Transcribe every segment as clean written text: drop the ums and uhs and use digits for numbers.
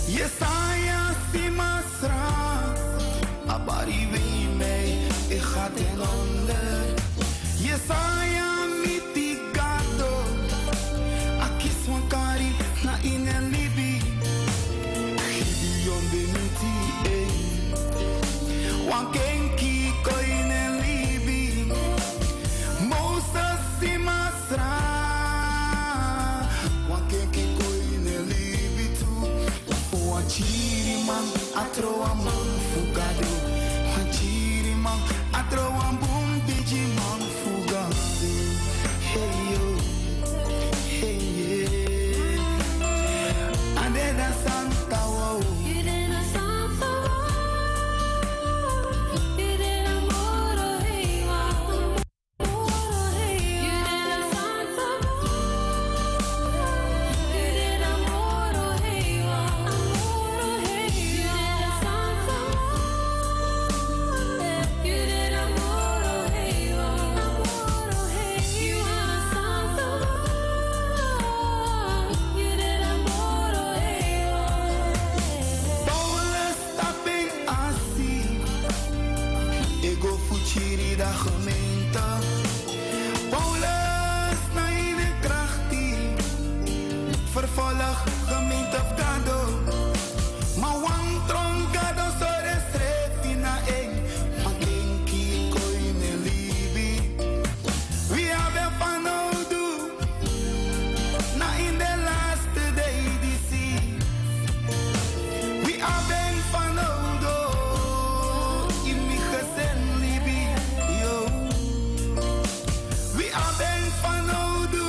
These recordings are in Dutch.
Yesaya simasra, abari wei mij, ik ga ten onder. Yesaya mitigado, akis wankari na inelibi. Gideon benuti wankenki ko inelibi. Moses simasra, wankenki ko inelibi tu. Wachiri man atroa man fugado. Wachiri man atroa boom biji man fugado. Hey yo, hey yeah. Ande da Santa wow. Vervolg gemeente of gado. Maar wang tron gado so resrefi na eng. Makenki koine libi. We hebben van oudu. Na in de laatste day die zie. We hebben van oudu. In mi gesen libi. Yo. We hebben van oudu.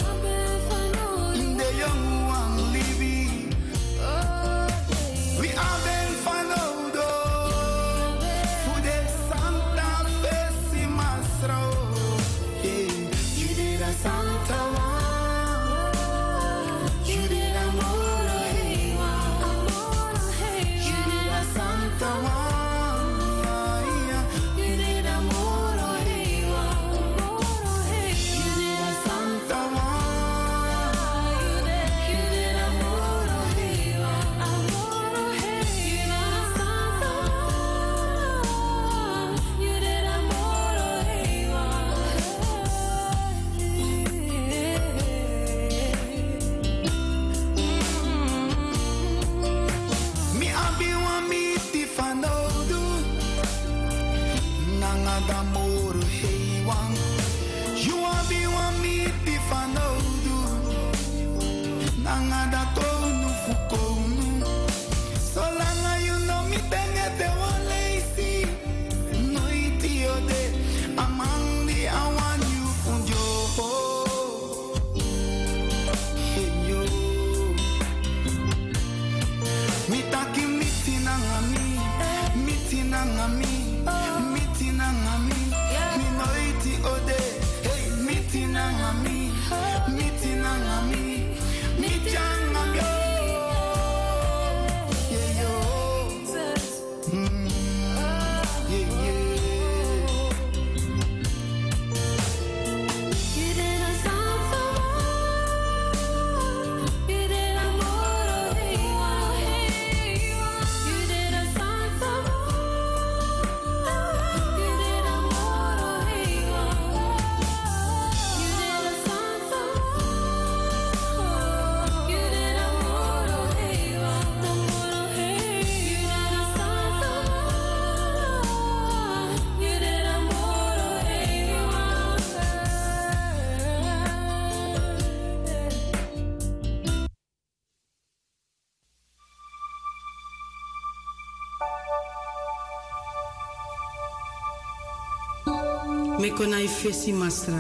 Me konai fesi masra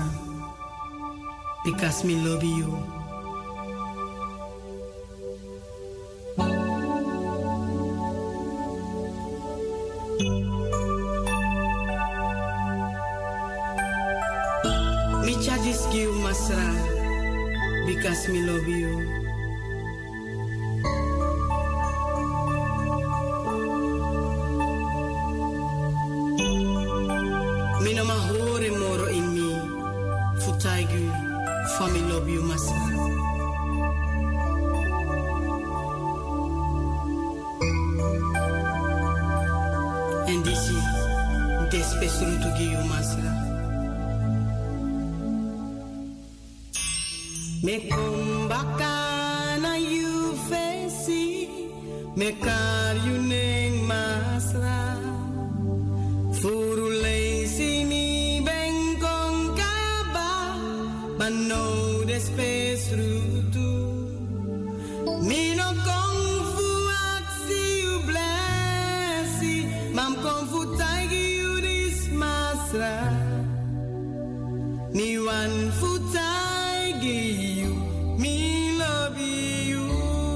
because me love you. Me charges you masra because me love you. fesi despesuru tu giyu masra. Me kumbaka na you fesi me kar you neng masra. Furu leisi mi bengkong kaba bano despesuru tu. Mi no kong fu aksi you blessi mam kong fu taigi you dis masra. Mi wan fu taigi you mi love you.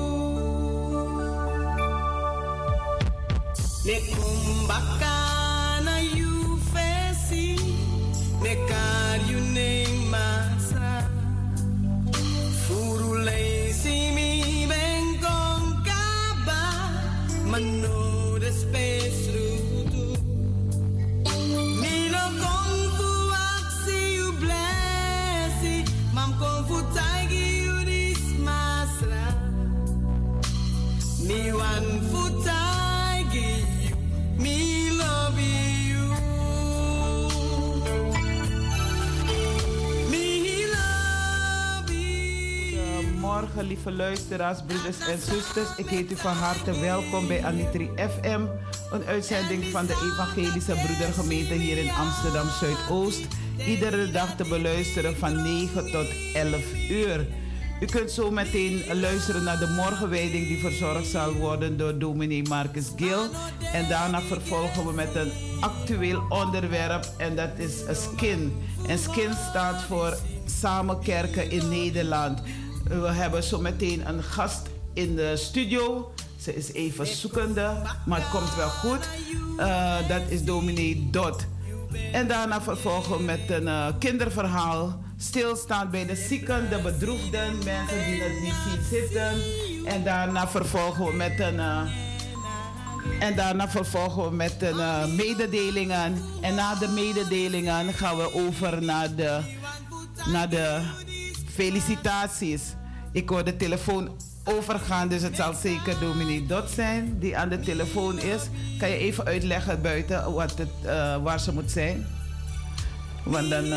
Me kumbaka na you fesi me kar you neng masra. Furu leisi mi bengkong kaba mano despesrutu. Mi no kong fu aksi you blessi mam kong fu taigi you dis masra. Mi wan fu taigi you mi love you. Mi love you. Morgen, lieve luisteraars, broeders en zusters. Ik heet u van harte welkom bij Anitri FM. Een uitzending van de Evangelische Broedergemeente hier in Amsterdam Zuidoost. Iedere dag te beluisteren van 9 tot 11 uur. U kunt zo meteen luisteren naar de morgenwijding die verzorgd zal worden door dominee Marcus Gil. En daarna vervolgen we met een actueel onderwerp en dat is SKIN. En SKIN staat voor Samen Kerken in Nederland. We hebben zo meteen een gast in de studio. Ze is even zoekende, maar het komt wel goed. Dat is dominee Dot. En daarna vervolgen we met een kinderverhaal. Stilstaan bij de zieken, de bedroefden, mensen die het niet zien zitten. En daarna vervolgen we met mededelingen. En na de mededelingen gaan we over naar de felicitaties. Ik hoor de telefoon overgaan, dus het zal zeker dominee Dot zijn die aan de telefoon is. Kan je even uitleggen buiten waar ze moet zijn? Want dan...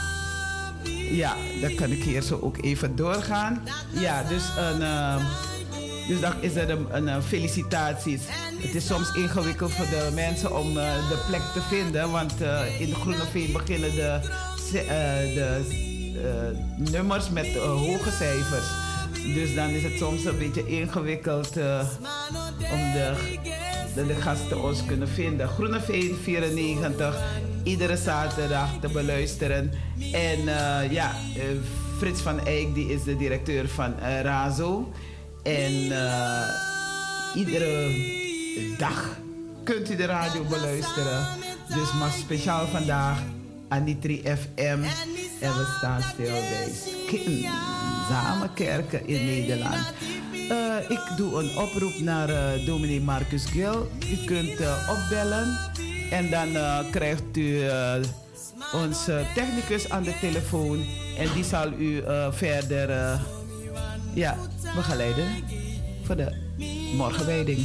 dan kan ik hier zo ook even doorgaan. Ja, dus dan is er een felicitaties. Het is soms ingewikkeld voor de mensen om de plek te vinden. Want in Groeneveen beginnen de nummers met hoge cijfers. Dus dan is het soms een beetje ingewikkeld om de gasten ons kunnen vinden. Groeneveen 94, iedere zaterdag te beluisteren. En Frits van Eyck, die is de directeur van RAZO. En iedere dag kunt u de radio beluisteren. Dus maar speciaal vandaag Anitri FM. En we staan stil bij SKIN, Samen Kerken in Nederland. Ik doe een oproep naar dominee Marcus Gil. U kunt opbellen en dan krijgt u onze technicus aan de telefoon. En die zal u verder begeleiden voor de morgenwijding.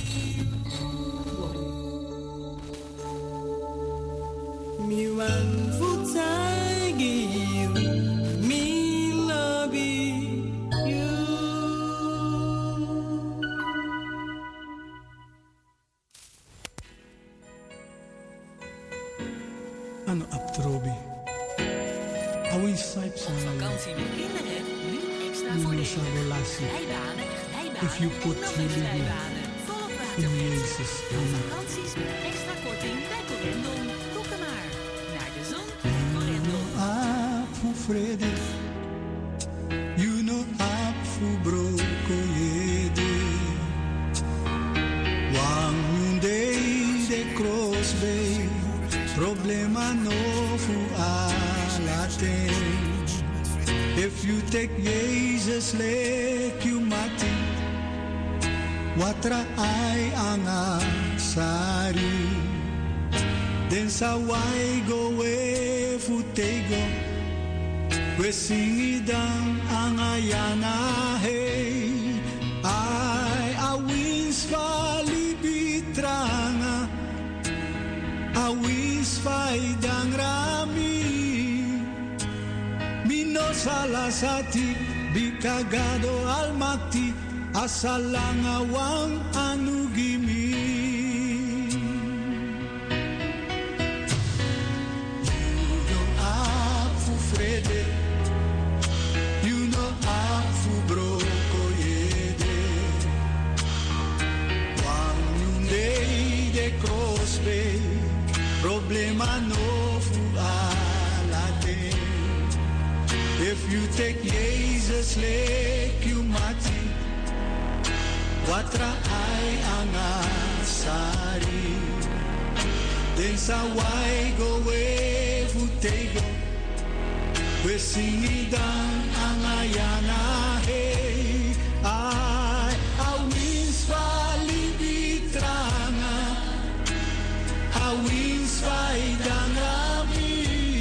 Ano aptrobi. Awin site sa vakantie met kinderen. Nu extra voordelen. Rijbanen, If you put jullie in Jezus. Vakanties met extra korting bij Corendon. Kom er maar. Naar de zon, Corendon. Apu Frede. You know apu broko yede. Wang de cross bay. Problema novo alate. If you take Jesus like you mati, watra ay anga sari. Then sa wai go we futego, we singidang anga yana hey. Ay awins falibitranga. awis faidang rami. Mino salasati bikagado almati asalangawang anugimi. You know aku frede, you know aku broko yede. Wang yundei de crossbay, problema no fu alade. If you take Jesus lek you mati, watra ay angasari. Den sa wai go we futego, we singidan angayana hey. Ay awins valibitranga, awins vaidang rami.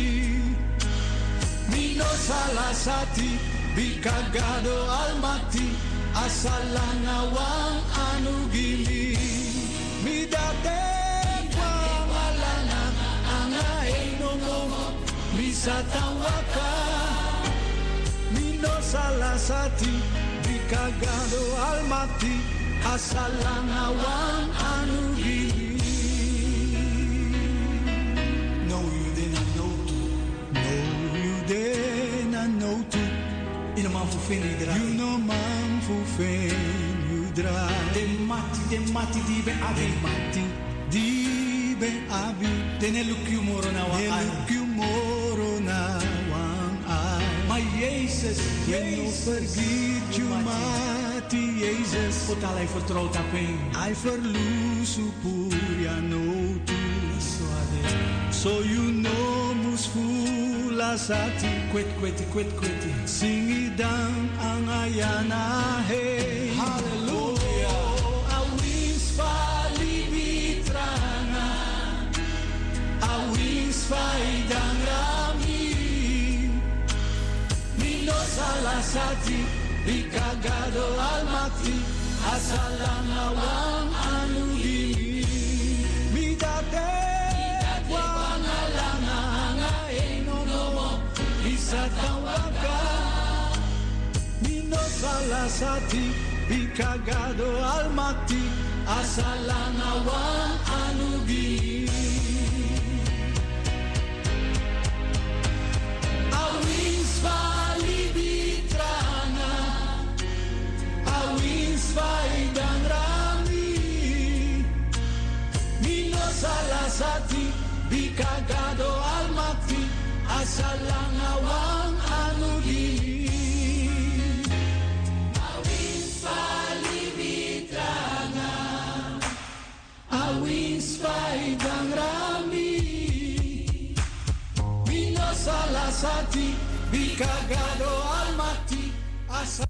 Mino salasati bikagado almati asalangawang anugili. Midate wamalana angaenomo misatawaka. Mino salasati bikagado almati asalangawang anugili. No, you didn't know to. No, you didn't know to. You know man fu dra. You know man fu dra. De mati di be abi. De mati di be abi. Tene lukyu moro na wang ai. Lukyu moro na wang ai. Maar Jezus, when you forget you mati Jezus. Totaal hij vertrouwt op hem. Hij verloos upur no tu. So you know mus fula sati. Kweti. Singidang ang ayana hey. Hallelujah. Awis palibitranga, awis faidang rami. Mino salasati bikagado almati asalangawang anugili. Midate Satawaka Mino salasati bikagado almati asalangawang anugi. Awins valibitrana, awins vaidang rami. Mino salasati bikagado almati asalangawang anugi. Awins palibitranga, awins faidang rami. Mino salasati bikagado almati asa.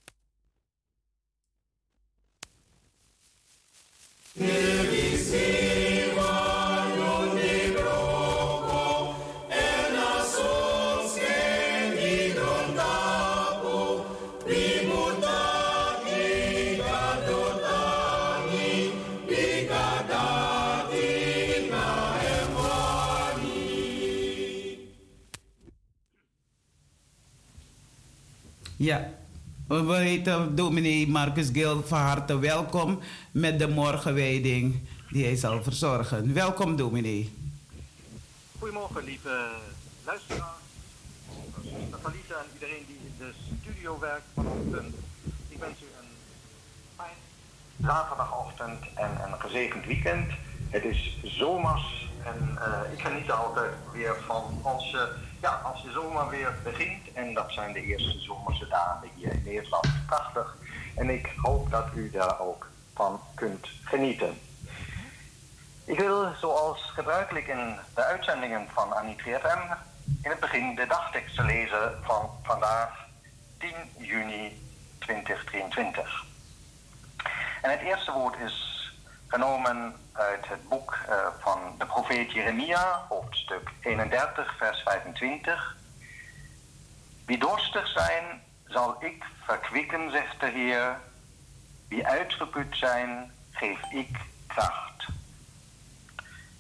Ja, we heten dominee Marcus Gil van harte welkom met de morgenwijding die hij zal verzorgen. Welkom dominee. Goedemorgen lieve luisteraars, Natalita en iedereen die in de studio werkt vanochtend. Ik wens u een fijn zaterdagochtend en een gezegend weekend. Het is zomers en ik geniet altijd weer van als de zomer weer begint. En dat zijn de eerste zomerse dagen hier in Nederland. Prachtig. En ik hoop dat u daar ook van kunt genieten. Ik wil, zoals gebruikelijk in de uitzendingen van Anitri FM, in het begin de dagteksten lezen van vandaag, 10 juni 2023. En het eerste woord is genomen uit het boek van de profeet Jeremia, hoofdstuk 31, vers 25. Wie dorstig zijn, zal ik verkwikken, zegt de Heer. Wie uitgeput zijn, geef ik kracht.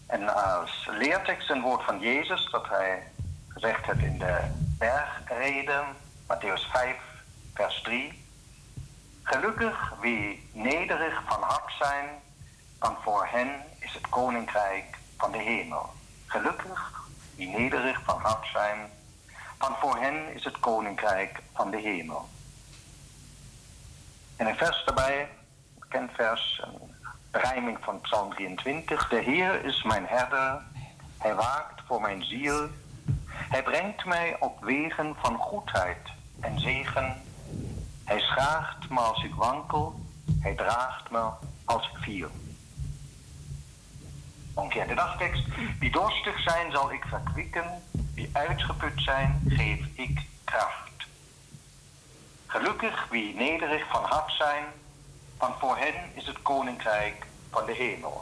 En als leertekst een woord van Jezus, dat hij gezegd heeft in de bergrede, Matthäus 5, vers 3. Gelukkig wie nederig van hart zijn, want voor hen is het koninkrijk van de hemel. Gelukkig wie nederig van hart zijn, want voor hen is het koninkrijk van de hemel. En een vers daarbij, een bekend vers, een rijming van Psalm 23. De Heer is mijn herder, hij waakt voor mijn ziel. Hij brengt mij op wegen van goedheid en zegen. Hij schaagt me als ik wankel, hij draagt me als ik viel. Omgekeerde dagtekst. Wie dorstig zijn zal ik verkwikken, wie uitgeput zijn geef ik kracht. Gelukkig wie nederig van hart zijn, want voor hen is het koninkrijk van de hemel.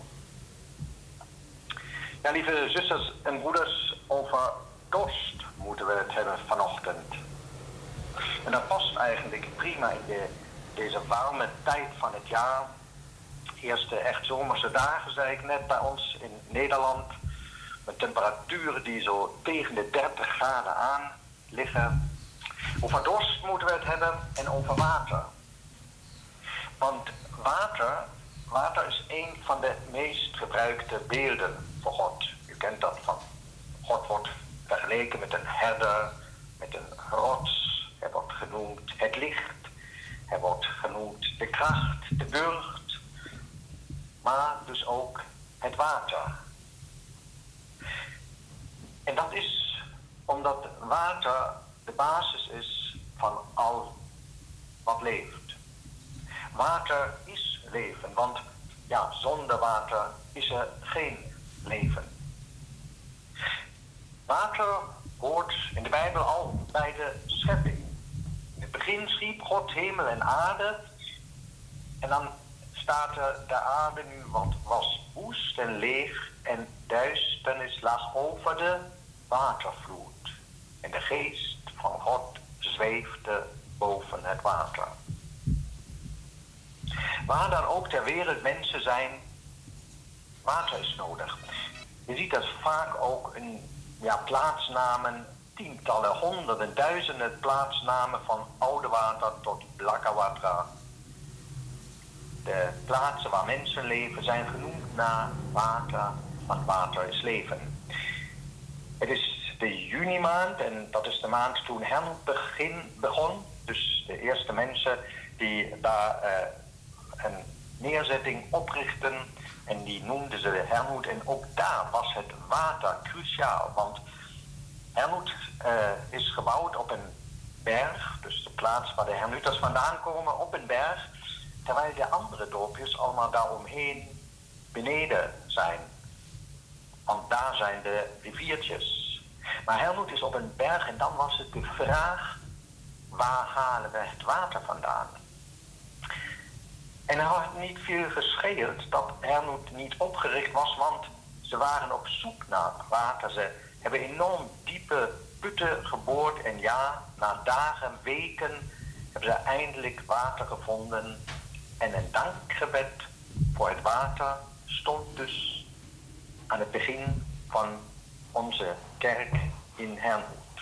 Ja, lieve zusters en broeders, over dorst moeten we het hebben vanochtend. En dat past eigenlijk prima in deze warme tijd van het jaar. Eerste echt zomerse dagen, zei ik net, bij ons in Nederland. Met temperaturen die zo tegen de 30 graden aan liggen. Over dorst moeten we het hebben en over water. Want water is een van de meest gebruikte beelden voor God. U kent dat van God wordt vergeleken met een herder, met een rots. Hij wordt genoemd het licht. Hij wordt genoemd de kracht, de burcht. Maar dus ook het water. En dat is omdat water de basis is van al wat leeft. Water is leven, want ja, zonder water is er geen leven. Water hoort in de Bijbel al bij de schepping. In het begin schiep God hemel en aarde. En dan staat er, de aarde nu was woest en leeg en duisternis lag over de watervloed. En de geest van God zweefde boven het water. Waar dan ook ter wereld mensen zijn, water is nodig. Je ziet dat vaak ook in plaatsnamen, tientallen, honderden, duizenden plaatsnamen van Oudewater tot Blackawatra. De plaatsen waar mensen leven zijn genoemd naar water, want water is leven. Het is de junimaand en dat is de maand toen Hernoet begon. Dus de eerste mensen die daar een neerzetting oprichten en die noemden ze de Hernoet. En ook daar was het water cruciaal, want Hernoet is gebouwd op een berg, dus de plaats waar de Hernuuters vandaan komen, op een berg, terwijl de andere dorpjes allemaal daaromheen beneden zijn. Want daar zijn de riviertjes. Maar Hernoet is op een berg en dan was het de vraag, waar halen we het water vandaan? En er had niet veel gescheeld dat Hernoet niet opgericht was, want ze waren op zoek naar water. Ze hebben enorm diepe putten geboord en ja, na dagen, weken hebben ze eindelijk water gevonden. En een dankgebed voor het water stond dus aan het begin van onze kerk in Hernoet.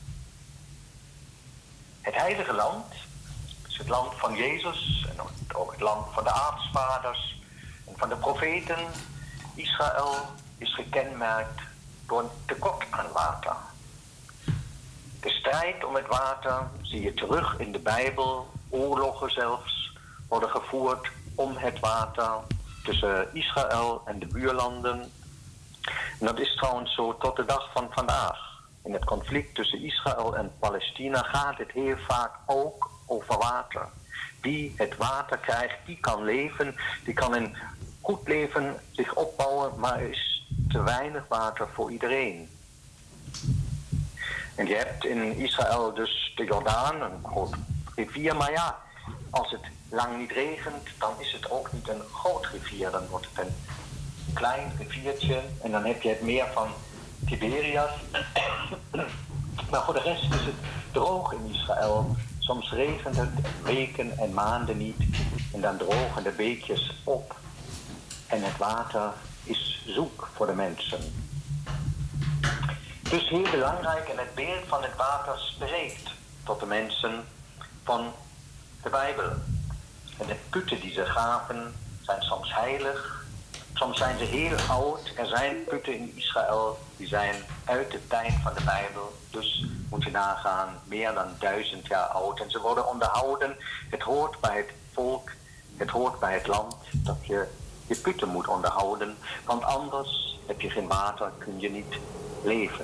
Het heilige land is het land van Jezus en ook het land van de aartsvaders en van de profeten. Israël is gekenmerkt door een tekort aan water. De strijd om het water zie je terug in de Bijbel. Oorlogen zelfs worden gevoerd om het water tussen Israël en de buurlanden. En dat is trouwens zo tot de dag van vandaag. In het conflict tussen Israël en Palestina gaat het heel vaak ook over water. Wie het water krijgt, die kan leven, die kan een goed leven zich opbouwen, maar er is te weinig water voor iedereen. En je hebt in Israël dus de Jordaan, een groot rivier, maar ja, als het lang niet regent, dan is het ook niet een groot rivier, dan wordt het een klein riviertje en dan heb je het meer van Tiberias. Maar voor de rest is het droog in Israël. Soms regent het weken en maanden niet en dan drogen de beekjes op en het water is zoek voor de mensen. Dus heel belangrijk, en het beeld van het water spreekt tot de mensen van de Bijbel. En de putten die ze gaven zijn soms heilig, soms zijn ze heel oud. Er zijn putten in Israël die zijn uit de tijd van de Bijbel. Dus moet je nagaan, meer dan 1000 jaar oud. En ze worden onderhouden. Het hoort bij het volk, het hoort bij het land dat je je putten moet onderhouden. Want anders heb je geen water, kun je niet leven.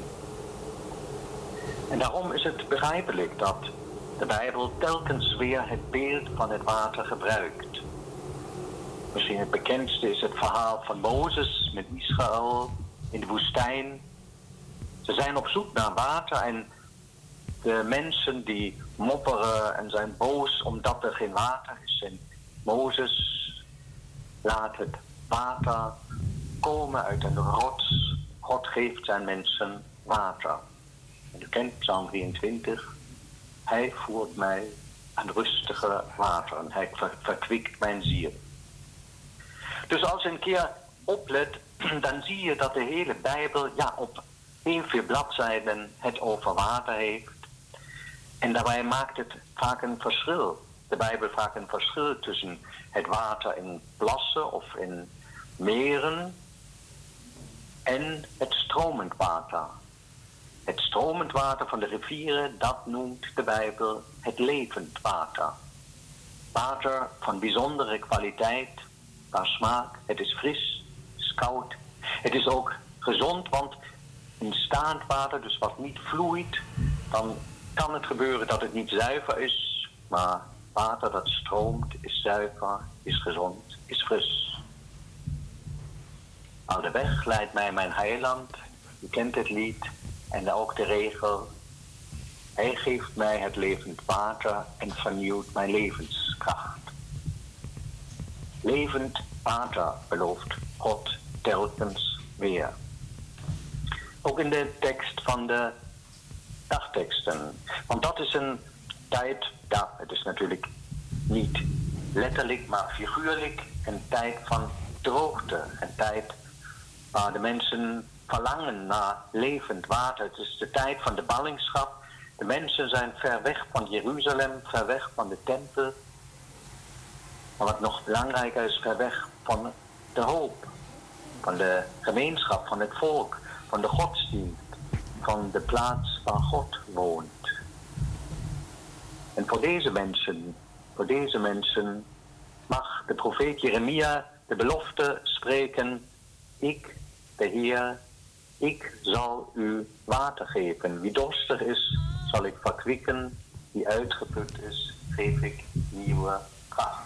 En daarom is het begrijpelijk dat de Bijbel telkens weer het beeld van het water gebruikt. Misschien het bekendste is het verhaal van Mozes met Israël in de woestijn. Ze zijn op zoek naar water en de mensen die mopperen en zijn boos omdat er geen water is. En Mozes laat het water komen uit een rots. God geeft zijn mensen water. En u kent Psalm 23. Hij voert mij aan rustige wateren. Hij verkwikt mijn ziel. Dus als je een keer oplet, dan zie je dat de hele Bijbel op 1-4 bladzijden het over water heeft. En daarbij maakt het vaak een verschil. De Bijbel vaak een verschil tussen het water in plassen of in meren en het stromend water. Het stromend water van de rivieren, dat noemt de Bijbel het levend water. Water van bijzondere kwaliteit, qua smaak. Het is fris, het is koud. Het is ook gezond, want in staand water, dus wat niet vloeit, dan kan het gebeuren dat het niet zuiver is. Maar water dat stroomt, is zuiver, is gezond, is fris. Al de weg leidt mij mijn heiland. U kent het lied en ook de regel. Hij geeft mij het levend water en vernieuwt mijn levenskracht. Levend water belooft God telkens weer. Ook in de tekst van de dagteksten. Want dat is een tijd, het is natuurlijk niet letterlijk, maar figuurlijk een tijd van droogte. Een tijd waar de mensen verlangen naar levend water. Het is de tijd van de ballingschap. De mensen zijn ver weg van Jeruzalem, ver weg van de tempel. Maar wat nog belangrijker is, ver weg van de hoop. Van de gemeenschap, van het volk, van de godsdienst. Van de plaats waar God woont. En voor deze mensen mag de profeet Jeremia de belofte spreken. Ik, de Heer, ik zal u water geven. Wie dorstig is, zal ik verkwikken. Wie uitgeput is, geef ik nieuwe kracht.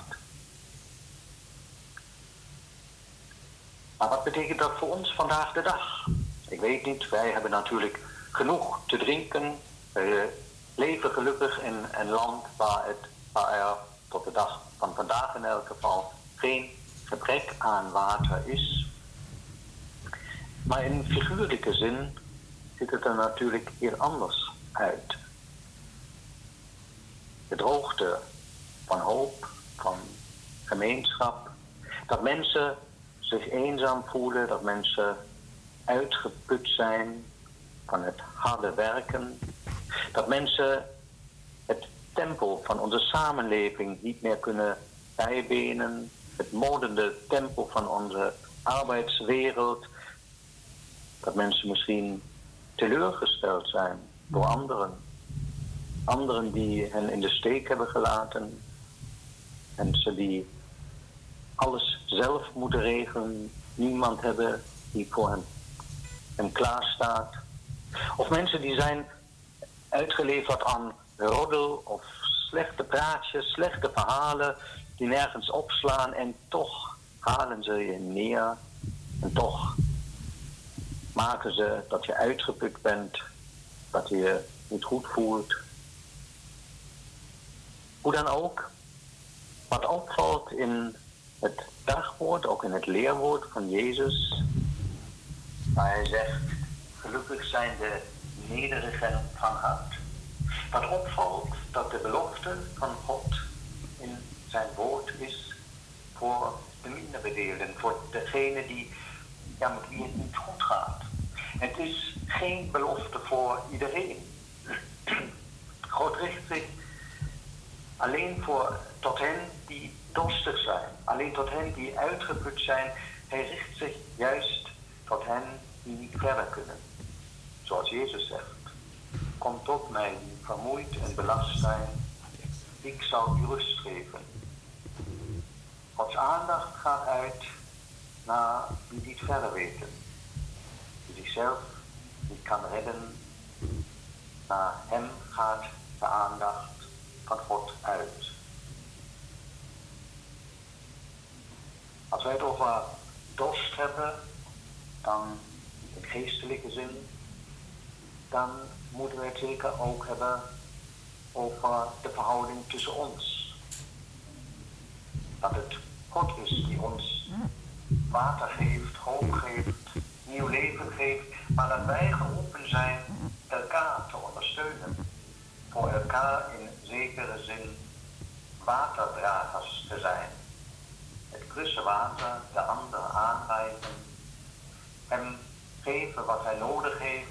Maar wat betekent dat voor ons vandaag de dag? Ik weet niet, wij hebben natuurlijk genoeg te drinken. We leven gelukkig in een land waar er tot de dag van vandaag in elk geval geen gebrek aan water is. Maar in figuurlijke zin ziet het er natuurlijk heel anders uit. De droogte van hoop, van gemeenschap. Dat mensen zich eenzaam voelen, dat mensen uitgeput zijn van het harde werken. Dat mensen het tempo van onze samenleving niet meer kunnen bijbenen. Het moderne tempo van onze arbeidswereld. Dat mensen misschien teleurgesteld zijn door anderen. Anderen die hen in de steek hebben gelaten. Mensen die alles zelf moeten regelen. Niemand hebben die voor hem klaar staat. Of mensen die zijn uitgeleverd aan roddel of slechte praatjes, slechte verhalen die nergens opslaan en toch halen ze je neer en toch maken ze dat je uitgeput bent, dat je je niet goed voelt. Hoe dan ook, wat opvalt in het dagwoord, ook in het leerwoord van Jezus, waar hij zegt, gelukkig zijn de nederigen van hart. Wat opvalt, dat de belofte van God in zijn woord is voor de minder bedeelden, voor degenen die met wie het niet goed gaat. Het is geen belofte voor iedereen. God richt zich alleen tot hen die dorstig zijn. Alleen tot hen die uitgeput zijn. Hij richt zich juist tot hen die niet verder kunnen. Zoals Jezus zegt. Kom tot mij die vermoeid en belast zijn. Ik zal u rust geven. Gods aandacht gaat uit naar wie niet verder weten. Die zichzelf niet kan redden. Naar hem gaat de aandacht van God uit. Als wij het over dorst hebben, dan in geestelijke zin, dan moeten we het zeker ook hebben over de verhouding tussen ons. Dat het God is die ons water geeft, hoop geeft, nieuw leven geeft, maar dat wij geroepen zijn elkaar te ondersteunen. Voor elkaar in zekere zin waterdragers te zijn. Het frisse water de ander aanreiken, hem geven wat hij nodig heeft.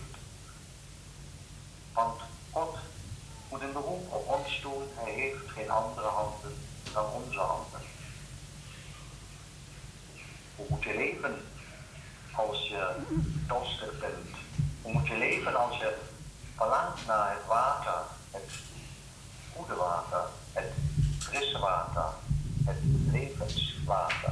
Want God moet een beroep op ons doen, hij heeft geen andere handen dan onze handen. Hoe moet je leven als je dorstig bent? Hoe moet je leven als je verlangt naar het water, het goede water, het frisse water, het levenswater?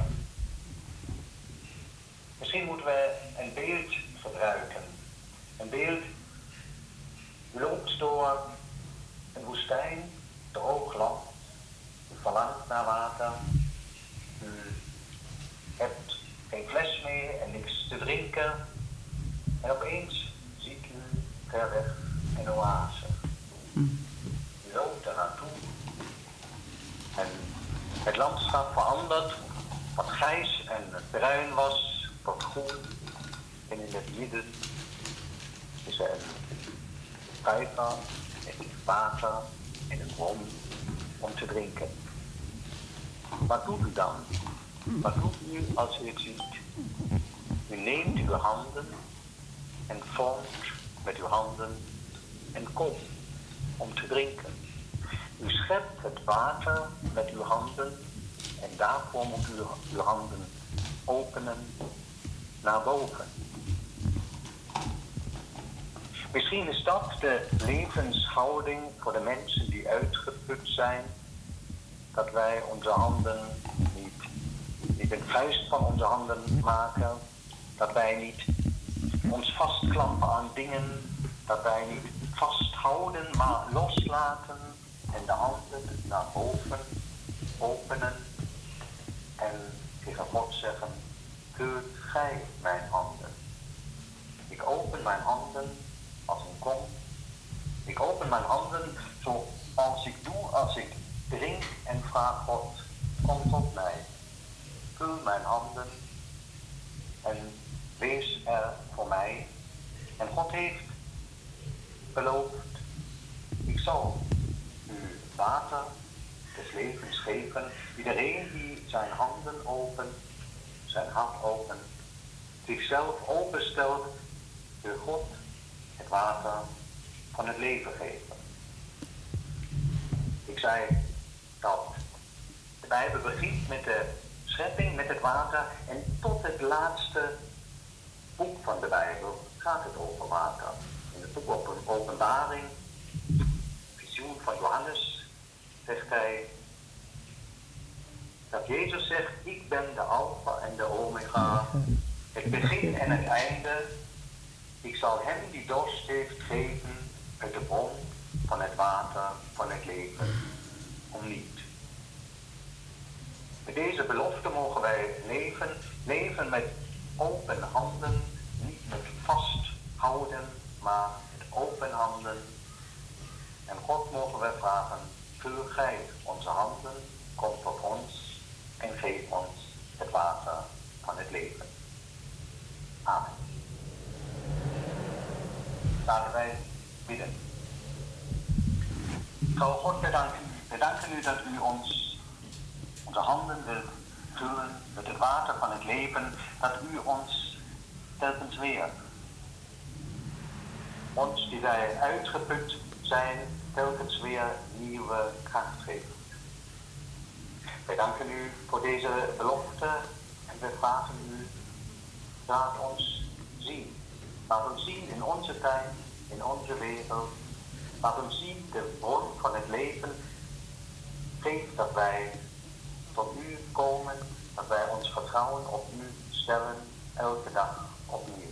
Misschien moeten we een beeld gebruiken. Een beeld loopt door een woestijn, droog land. U verlangt naar water. U hebt geen fles meer en niks te drinken. En opeens ziet u ver weg een oase. U loopt er naartoe. En het landschap verandert. Wat grijs en bruin was, wordt groen. En in het midden is er een vijver, een water en een bron om te drinken. Wat doet u dan? Wat doet u als u het ziet? U neemt uw handen en vormt met uw handen een kom om te drinken. U schept het water met uw handen en daarvoor moet u uw handen openen naar boven. Misschien is dat de levenshouding voor de mensen die uitgeput zijn. Dat wij onze handen niet een vuist van onze handen maken. Dat wij niet ons vastklampen aan dingen. Dat wij niet vasthouden, maar loslaten. En de handen naar boven openen. En tegen God zeggen, keur gij mijn handen. Ik open mijn handen als een kom. Ik open mijn handen zoals ik doe als ik drink en vraag God, kom tot mij. Vul mijn handen en wees er voor mij. En God heeft beloofd, ik zal u water des levens geven. Iedereen die zijn handen opent, zijn hart opent, zichzelf openstelt, wil God het water van het leven geven. Ik zei dat de Bijbel begint met de schepping, met het water en tot het laatste boek van de Bijbel gaat het over water. In het boek Openbaring, visioen van Johannes, zegt hij dat Jezus zegt, ik ben de Alpha en de Omega, het begin en het einde. Ik zal hem die dorst heeft geven uit de bron van het water van het leven, om niet. Met deze belofte mogen wij leven met open handen, niet met vasthouden, maar met open handen. En God mogen wij vragen, vul gij onze handen, kom tot ons en geef ons het water van het leven. Amen. Laten wij bidden. Trouw God, we danken u dat u onze handen wilt vullen met het water van het leven, dat u ons telkens weer. Ons die wij uitgeput zijn, telkens weer nieuwe kracht geeft. Wij danken u voor deze belofte en we vragen u, laat ons zien. Laat ons zien in onze tijd, in onze wereld. Laat ons zien de bron van het leven. Geef dat wij tot u komen, dat wij ons vertrouwen op u stellen, elke dag opnieuw.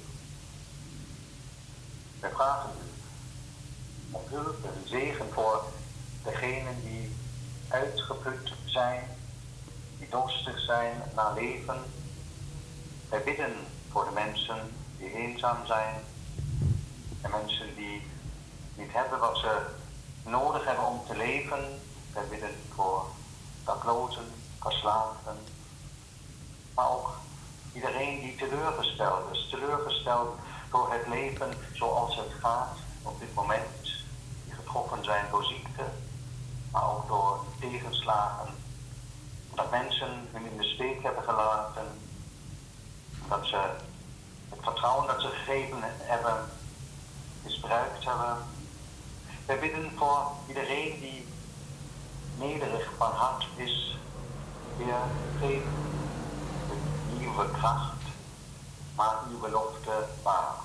Wij vragen u om hulp en zegen voor degenen die uitgeput zijn, die dorstig zijn naar leven. Wij bidden voor de mensen die eenzaam zijn, de mensen die niet hebben wat ze nodig hebben om te leven. Wij bidden voor daklozen, verslaafden, maar ook iedereen die teleurgesteld is, teleurgesteld door het leven zoals het gaat op dit moment, die getroffen zijn door ziekte, maar ook door tegenslagen. Dat mensen hun in de steek hebben gelaten, dat ze het vertrouwen dat ze gegeven hebben, misbruikt hebben. Wij bidden voor iedereen die nederig van hart is, Heer, geef de nieuwe kracht, maak uw belofte waar.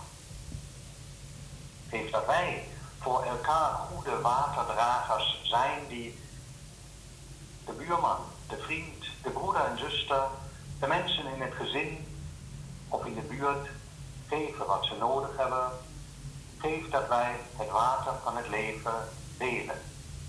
Geef dat wij voor elkaar goede waterdragers zijn die de buurman, de vriend, de broeder en zuster, de mensen in het gezin of in de buurt geven wat ze nodig hebben. Geef dat wij het water van het leven delen.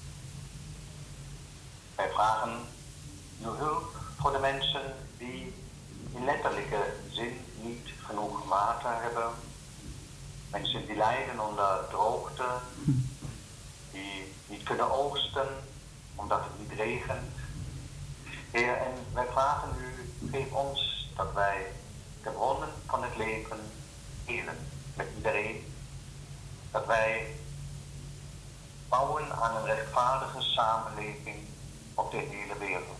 Wij vragen uw hulp voor de mensen die in letterlijke zin niet genoeg water hebben. Mensen die lijden onder droogte, die niet kunnen oogsten omdat het niet regent. Heer, en wij vragen u, geef ons dat wij de bronnen van het leven delen met iedereen. Dat wij bouwen aan een rechtvaardige samenleving op de hele wereld.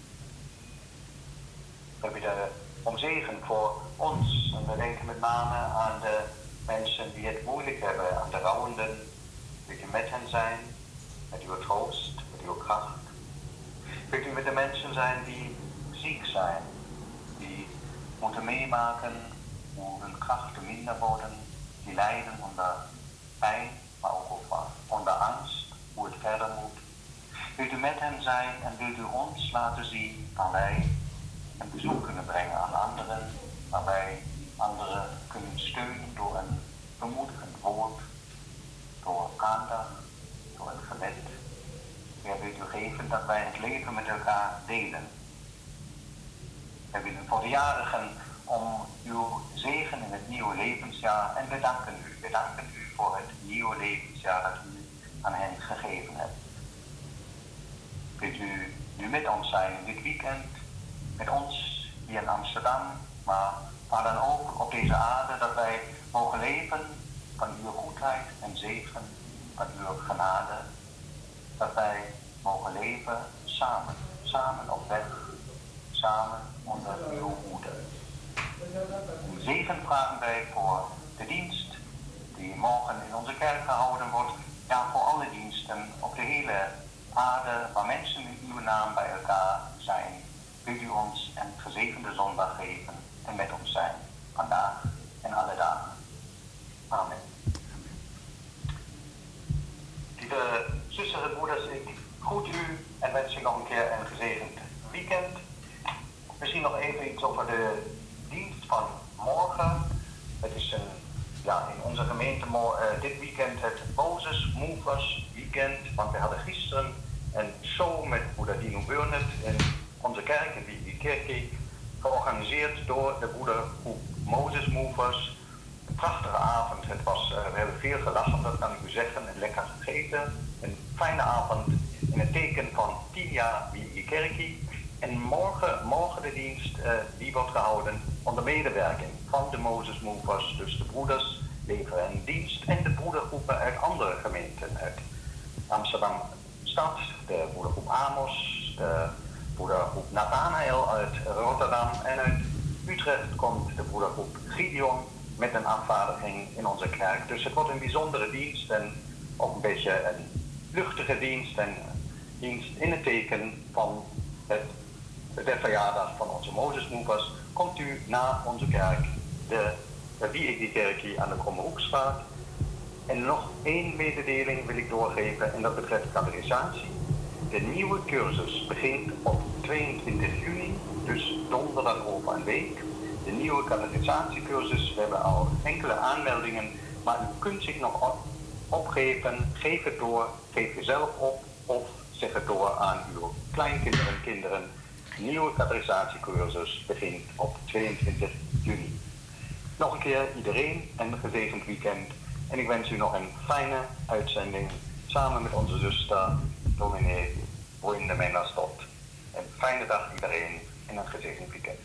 We bidden om zegen voor ons en we denken met name aan de mensen die het moeilijk hebben, aan de rouwenden. Wilt u met hen zijn, met uw troost, met uw kracht. Wilt u met de mensen zijn die ziek zijn, die moeten meemaken hoe hun krachten minder worden, die lijden onder pijn, maar ook onder angst, hoe het verder moet. Wilt u met hen zijn en wilt u ons laten zien waar wij een bezoek kunnen brengen aan anderen, waar wij anderen kunnen steunen door een bemoedigend woord, door aandacht, door een gebed. Heer, wilt u geven dat wij het leven met elkaar delen. We bidden voor de jarigen om uw zegen in het nieuwe levensjaar en we danken u. We danken u voor het nieuwe levensjaar dat u aan hen gegeven hebt. Wilt u nu met ons zijn dit weekend, met ons hier in Amsterdam, maar dan ook op deze aarde, dat wij mogen leven van uw goedheid en zegen, van uw genade. Dat wij mogen leven samen, samen op weg, samen onder uw hoede. Uw zegen vragen wij voor de dienst die morgen in onze kerk gehouden wordt. Ja, voor alle diensten op de hele aarde waar mensen in uw naam bij elkaar zijn. Wilt u ons een gezegende zondag geven en met ons zijn, vandaag en alle dagen. Amen. Lieve zussen en broeders, ik groet u en wens u nog een keer een gezegend weekend. Misschien nog even iets over de dienst van morgen. Het is in onze gemeente dit weekend het Moses Movers Weekend. Want we hadden gisteren een show met broeder Dino Burnett in onze kerk in die kerkie, georganiseerd door de broedergroep Moses Movers. Een prachtige avond. We hebben veel gelachen, dat kan ik u zeggen, en lekker gegeten. Een fijne avond in het teken van 10 jaar die kerkie. En morgen de dienst, die wordt gehouden onder medewerking van de Moses Movers. Dus de broeders leveren een dienst en de broedergroepen uit andere gemeenten. Uit Amsterdam Stad, de broedergroep Amos, de broedergroep Nathanael uit Rotterdam. En uit Utrecht komt de broedergroep Gideon. met een afvaardiging in onze kerk. Dus het wordt een bijzondere dienst en ook een beetje een luchtige dienst en dienst in het teken van de verjaardag van onze Mozesmoepers. Komt u naar onze kerk, de Wiegekerk hier aan de Krommehoekstraat. En nog één mededeling wil ik doorgeven en dat betreft catechisatie. De nieuwe cursus begint op 22 juni, dus donderdag over een week. De nieuwe catechisatiecursus, we hebben al enkele aanmeldingen, maar u kunt zich nog opgeven. Geef het door, geef jezelf op of zeg het door aan uw kleinkinderen en kinderen. De nieuwe catechisatiecursus begint op 22 juni. Nog een keer iedereen een gezegend weekend. En ik wens u nog een fijne uitzending samen met onze zuster, dominee Boinde Menastot. Een fijne dag iedereen en een gezegend weekend.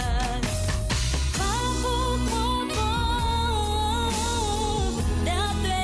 That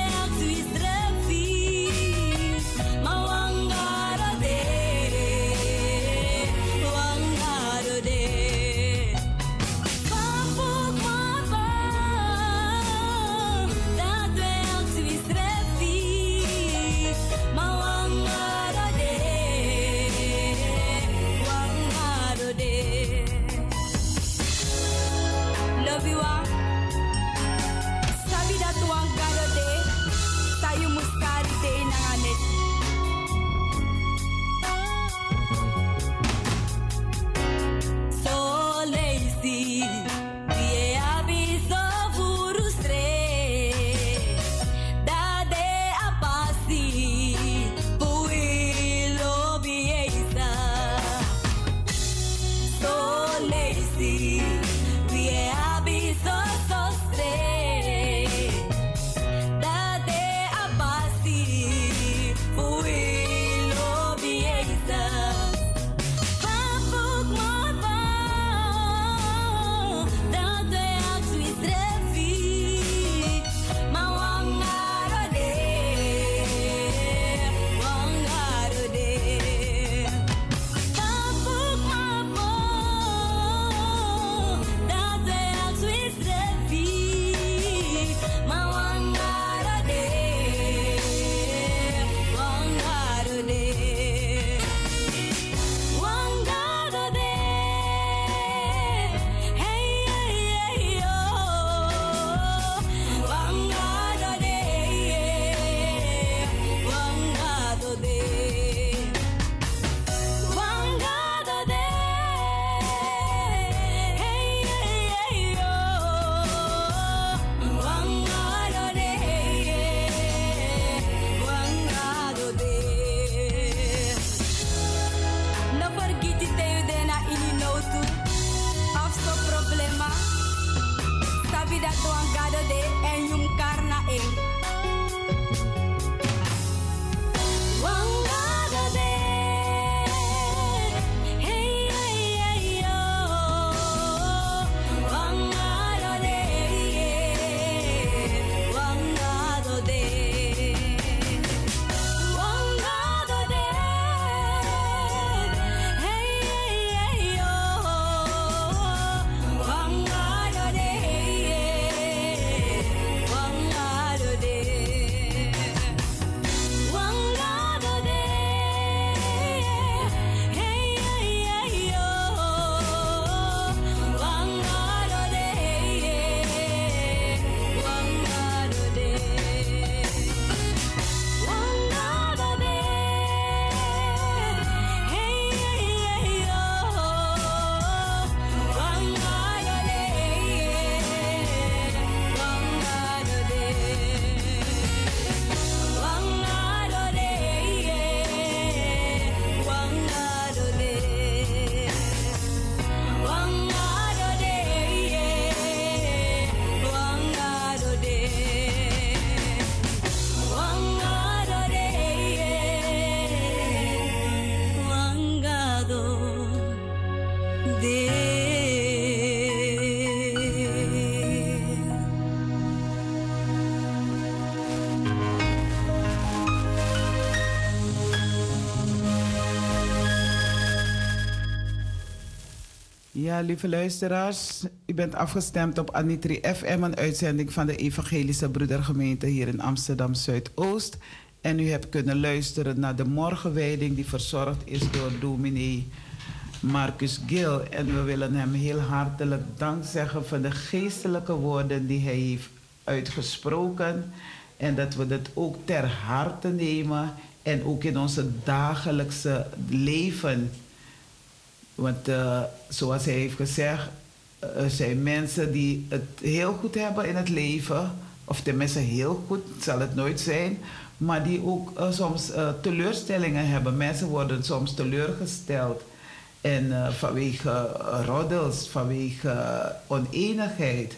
Ja, lieve luisteraars, u bent afgestemd op Anitri FM, een uitzending van de Evangelische Broedergemeente hier in Amsterdam Zuidoost. En u hebt kunnen luisteren naar de morgenwijding die verzorgd is door dominee Marcus Gil. En we willen hem heel hartelijk dank zeggen voor de geestelijke woorden die hij heeft uitgesproken. En dat we dat ook ter harte nemen en ook in onze dagelijkse leven. Want zoals hij heeft gezegd, er zijn mensen die het heel goed hebben in het leven. Of tenminste heel goed, zal het nooit zijn. Maar die ook soms teleurstellingen hebben. Mensen worden soms teleurgesteld. En vanwege roddels, vanwege oneenigheid.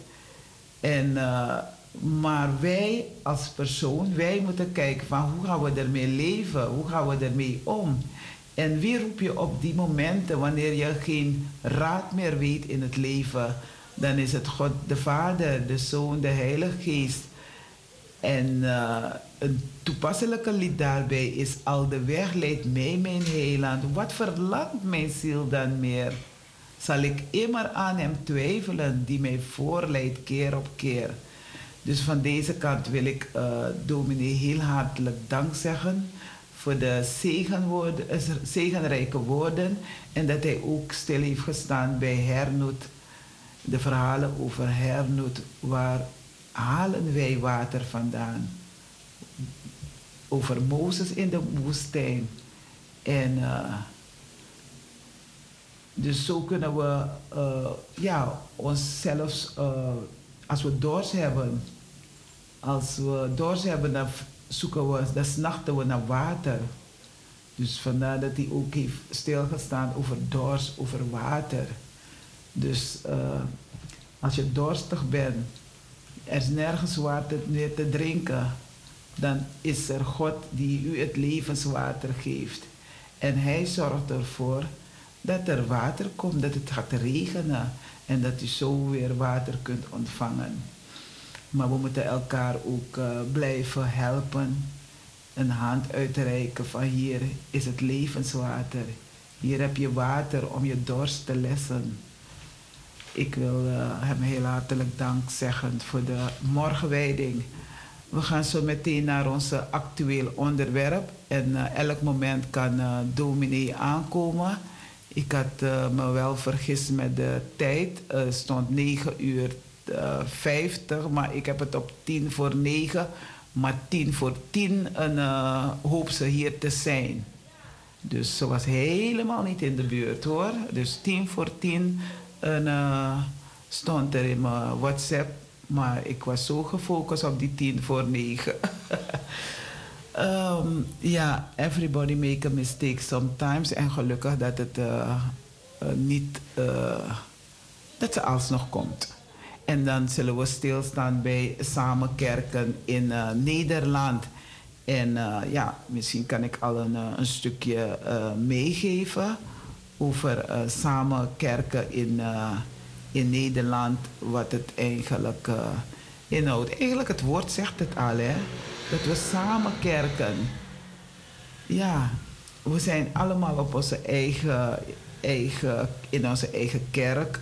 Maar wij als persoon, wij moeten kijken van hoe gaan we ermee leven? Hoe gaan we ermee om? En wie roep je op die momenten wanneer je geen raad meer weet in het leven? Dan is het God de Vader, de Zoon, de Heilige Geest. En een toepasselijke lied daarbij is: al de weg leidt mij mijn heiland. Wat verlangt mijn ziel dan meer? Zal ik immer aan hem twijfelen die mij voorleidt keer op keer? Dus van deze kant wil ik dominee heel hartelijk dank zeggen voor de zegenrijke woorden. En dat hij ook stil heeft gestaan bij Hernoet. De verhalen over Hernoet. Waar halen wij water vandaan? Over Mozes in de woestijn. En dus zo kunnen we onszelf, als we dorst hebben, dan zoeken we, dan snachten we naar water. Dus vandaar dat hij ook heeft stilgestaan over dorst, over water. Dus als je dorstig bent, er is nergens water meer te drinken, dan is er God die u het levenswater geeft. En hij zorgt ervoor dat er water komt, dat het gaat regenen en dat u zo weer water kunt ontvangen. Maar we moeten elkaar ook blijven helpen, een hand uitreiken van hier is het levenswater. Hier heb je water om je dorst te lessen. Ik wil hem heel hartelijk dank zeggen voor de morgenwijding. We gaan zo meteen naar ons actueel onderwerp. En elk moment kan dominee aankomen. Ik had me wel vergist met de tijd. Het stond 9:50, maar ik heb het op 9:10. Maar 9:10 hoop ze hier te zijn. Dus ze was helemaal niet in de buurt hoor. Dus 9:10 stond er in mijn WhatsApp. Maar ik was zo gefocust op die 9:10. Everybody make a mistake sometimes. En gelukkig dat het niet, dat ze alsnog komt. En dan zullen we stilstaan bij Samenkerken in Nederland. En misschien kan ik al een stukje meegeven over Samenkerken in Nederland. Wat het eigenlijk inhoudt. Eigenlijk het woord zegt het al, hè. Dat we samenkerken. Ja, we zijn allemaal op onze in onze eigen kerk.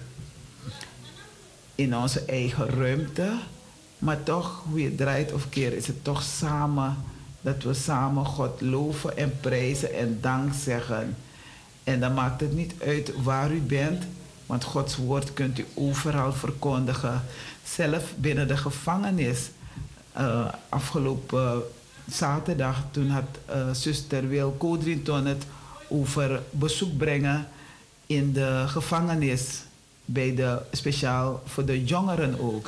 In onze eigen ruimte. Maar toch, hoe je draait of keert, is het toch samen. Dat we samen God loven en prijzen en dank zeggen. En dan maakt het niet uit waar u bent. Want Gods woord kunt u overal verkondigen. Zelf binnen de gevangenis. Afgelopen zaterdag, toen had zuster Wil Codrington het over bezoek brengen in de gevangenis. Speciaal voor de jongeren ook.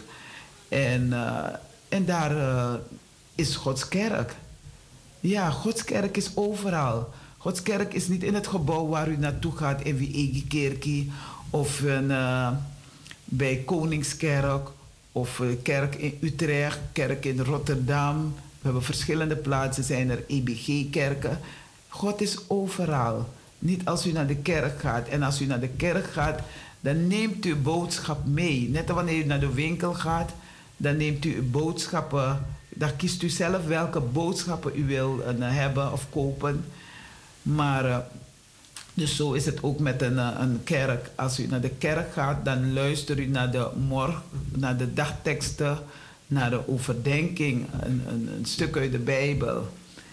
En daar is Gods kerk. Ja, Gods kerk is overal. Gods kerk is niet in het gebouw waar u naartoe gaat in Wiegekerkie of bij Koningskerk of kerk in Utrecht, kerk in Rotterdam. We hebben verschillende plaatsen, zijn er EBG-kerken. God is overal. Niet als u naar de kerk gaat. En als u naar de kerk gaat, dan neemt u uw boodschap mee. Net wanneer u naar de winkel gaat, dan neemt u uw boodschappen. Dan kiest u zelf welke boodschappen u wil hebben of kopen. Maar Dus zo is het ook met een kerk. Als u naar de kerk gaat, dan luister u naar naar de dagteksten, naar de overdenking, een stuk uit de Bijbel.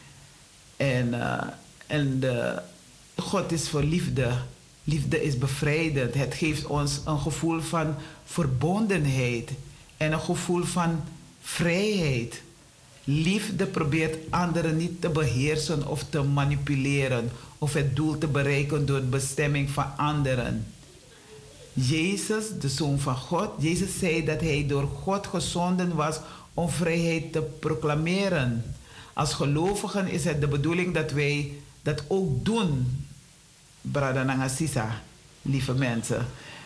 En God is voor liefde. Liefde is bevrijdend. Het geeft ons een gevoel van verbondenheid en een gevoel van vrijheid. Liefde probeert anderen niet te beheersen of te manipuleren of het doel te bereiken door de bestemming van anderen. Jezus, de Zoon van God, Jezus zei dat hij door God gezonden was om vrijheid te proclameren. Als gelovigen is het de bedoeling dat wij dat ook doen. Brada Nangasisa, lieve mensen.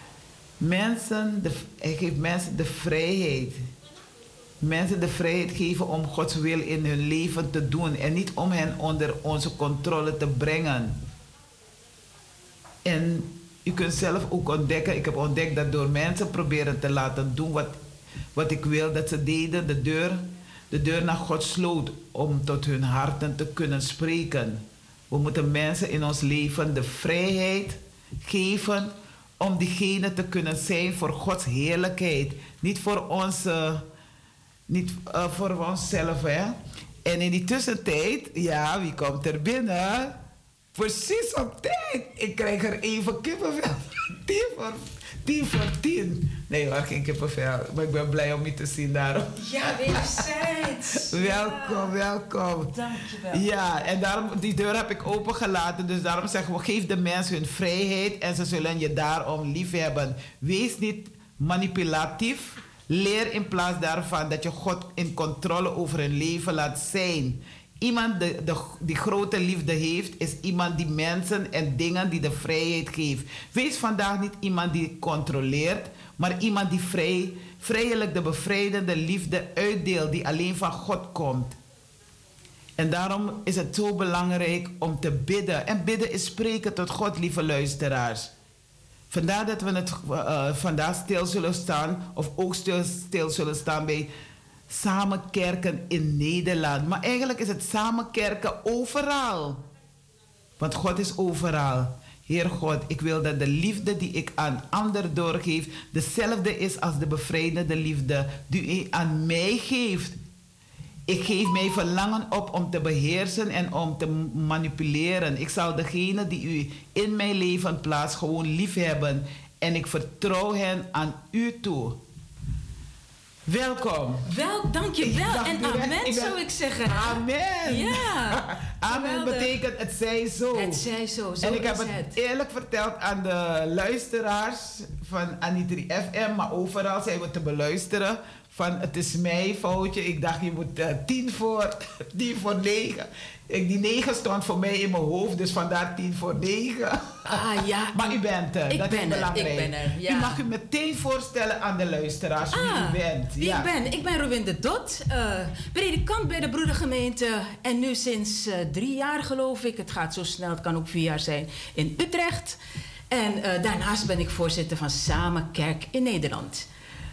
Hij geeft mensen de vrijheid. Mensen de vrijheid geven om Gods wil in hun leven te doen en niet om hen onder onze controle te brengen. En u kunt zelf ook ontdekken, ik heb ontdekt dat door mensen proberen te laten doen wat ik wil dat ze deden, de deur naar God sloot om tot hun harten te kunnen spreken. We moeten mensen in ons leven de vrijheid geven om diegene te kunnen zijn voor Gods heerlijkheid. Niet voor voor onszelf, hè. En in die tussentijd, ja, wie komt er binnen? Precies op tijd. Ik krijg er even kippenvel. 10 voor 10. Nee hoor, geen kippenvel. Maar ik ben blij om je te zien daarom. Ja, wederzijds. Welkom. Dankjewel. Ja, en daarom, die deur heb ik opengelaten. Dus daarom zeggen we, geef de mensen hun vrijheid en ze zullen je daarom liefhebben. Wees niet manipulatief. Leer in plaats daarvan dat je God in controle over hun leven laat zijn. Iemand die grote liefde heeft, is iemand die mensen en dingen die de vrijheid geeft. Wees vandaag niet iemand die controleert, maar iemand die vrijelijk de bevrijdende liefde uitdeelt die alleen van God komt. En daarom is het zo belangrijk om te bidden. En bidden is spreken tot God, lieve luisteraars. Vandaar dat we vandaag stil zullen staan, of ook stil zullen staan bij samenkerken in Nederland. Maar eigenlijk is het samenkerken overal. Want God is overal. Heer God, ik wil dat de liefde die ik aan anderen doorgeef dezelfde is als de bevrijdende liefde die u aan mij geeft. Ik geef mij verlangen op om te beheersen en om te manipuleren. Ik zal degene die u in mijn leven plaatst gewoon liefhebben. En ik vertrouw hen aan u toe. Welkom. Dankjewel. En amen zou ik zeggen. Amen. Ja. Amen betekent het zij zo. Het zij zo. En ik heb het eerlijk verteld aan de luisteraars van Anitri FM. Maar overal zijn we te beluisteren. Van het is mijn foutje. Ik dacht je moet 10 voor 9. Die 9 stond voor mij in mijn hoofd. Dus vandaar 10 voor 9. Ah ja. Maar u bent er. Dat is belangrijk. Ik ben er. Ja. U mag u meteen voorstellen aan de luisteraars wie u bent. Ja. Ik ben Rowinde Dot. Predikant bij de Broedergemeente. En nu sinds 3 jaar geloof ik. Het gaat zo snel. Het kan ook 4 jaar zijn. In Utrecht. En daarnaast ben ik voorzitter van Samenkerk in Nederland.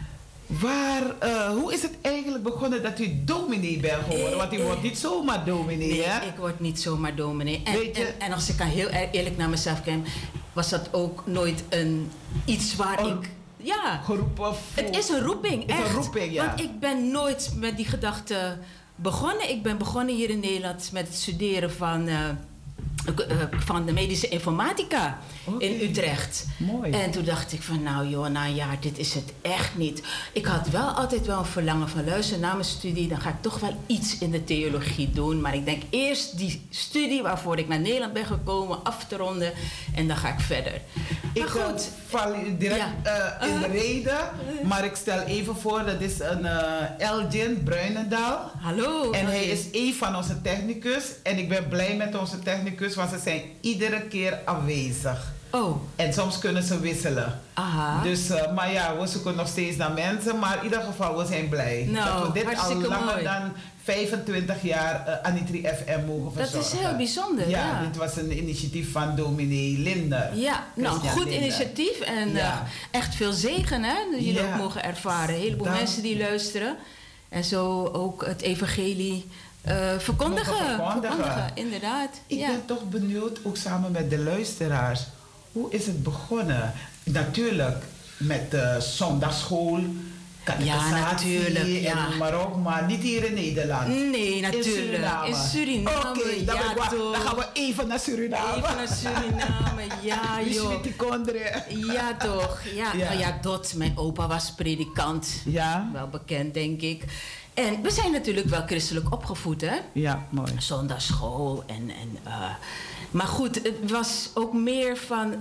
Hoe is het eigenlijk begonnen dat u dominee bent geworden? Want u wordt niet zomaar dominee, hè? Nee, ik word niet zomaar dominee. En als ik kan heel eerlijk naar mezelf kijken, was dat ook nooit iets waar ik... Ja, geroepen. Het is een roeping, echt. Het is een roeping, ja. Want ik ben nooit met die gedachte begonnen. Ik ben begonnen hier in Nederland met het studeren van de medische informatica in Utrecht. Mooi. En toen dacht ik van dit is het echt niet. Ik had altijd wel een verlangen van luisteren na mijn studie. Dan ga ik toch wel iets in de theologie doen. Maar ik denk eerst die studie waarvoor ik naar Nederland ben gekomen af te ronden. En dan ga ik verder. Ik val direct in de reden. Maar ik stel even voor, dat is een Elgin Bruinendaal. Hallo. En hij is een van onze technicus. En ik ben blij met onze technicus, want ze zijn iedere keer aanwezig. Oh. En soms kunnen ze wisselen. Aha. Dus, maar ja, we zoeken nog steeds naar mensen. Maar in ieder geval, we zijn blij. Dat we dit al langer dan 25 jaar Anitri FM mogen verzorgen. Dat is heel bijzonder, ja. Dit was een initiatief van dominee Linder. Ja, nou, goed Linder. Initiatief. En echt veel zegen, hè. Dat jullie ook mogen ervaren. Een heleboel mensen die luisteren. En zo ook het evangelie verkondigen, inderdaad. Ik ben toch benieuwd, ook samen met de luisteraars, hoe is het begonnen? Natuurlijk met de zondagschool, catechisatie en maar niet hier in Nederland. Nee, natuurlijk. In Suriname. Oké, dan gaan we even naar Suriname. Ja joh. Ja toch. Ja, Dot, mijn opa was predikant. Ja. Wel bekend, denk ik. En we zijn natuurlijk wel christelijk opgevoed, hè? Ja, mooi. Zondagsschool maar goed, het was ook meer van...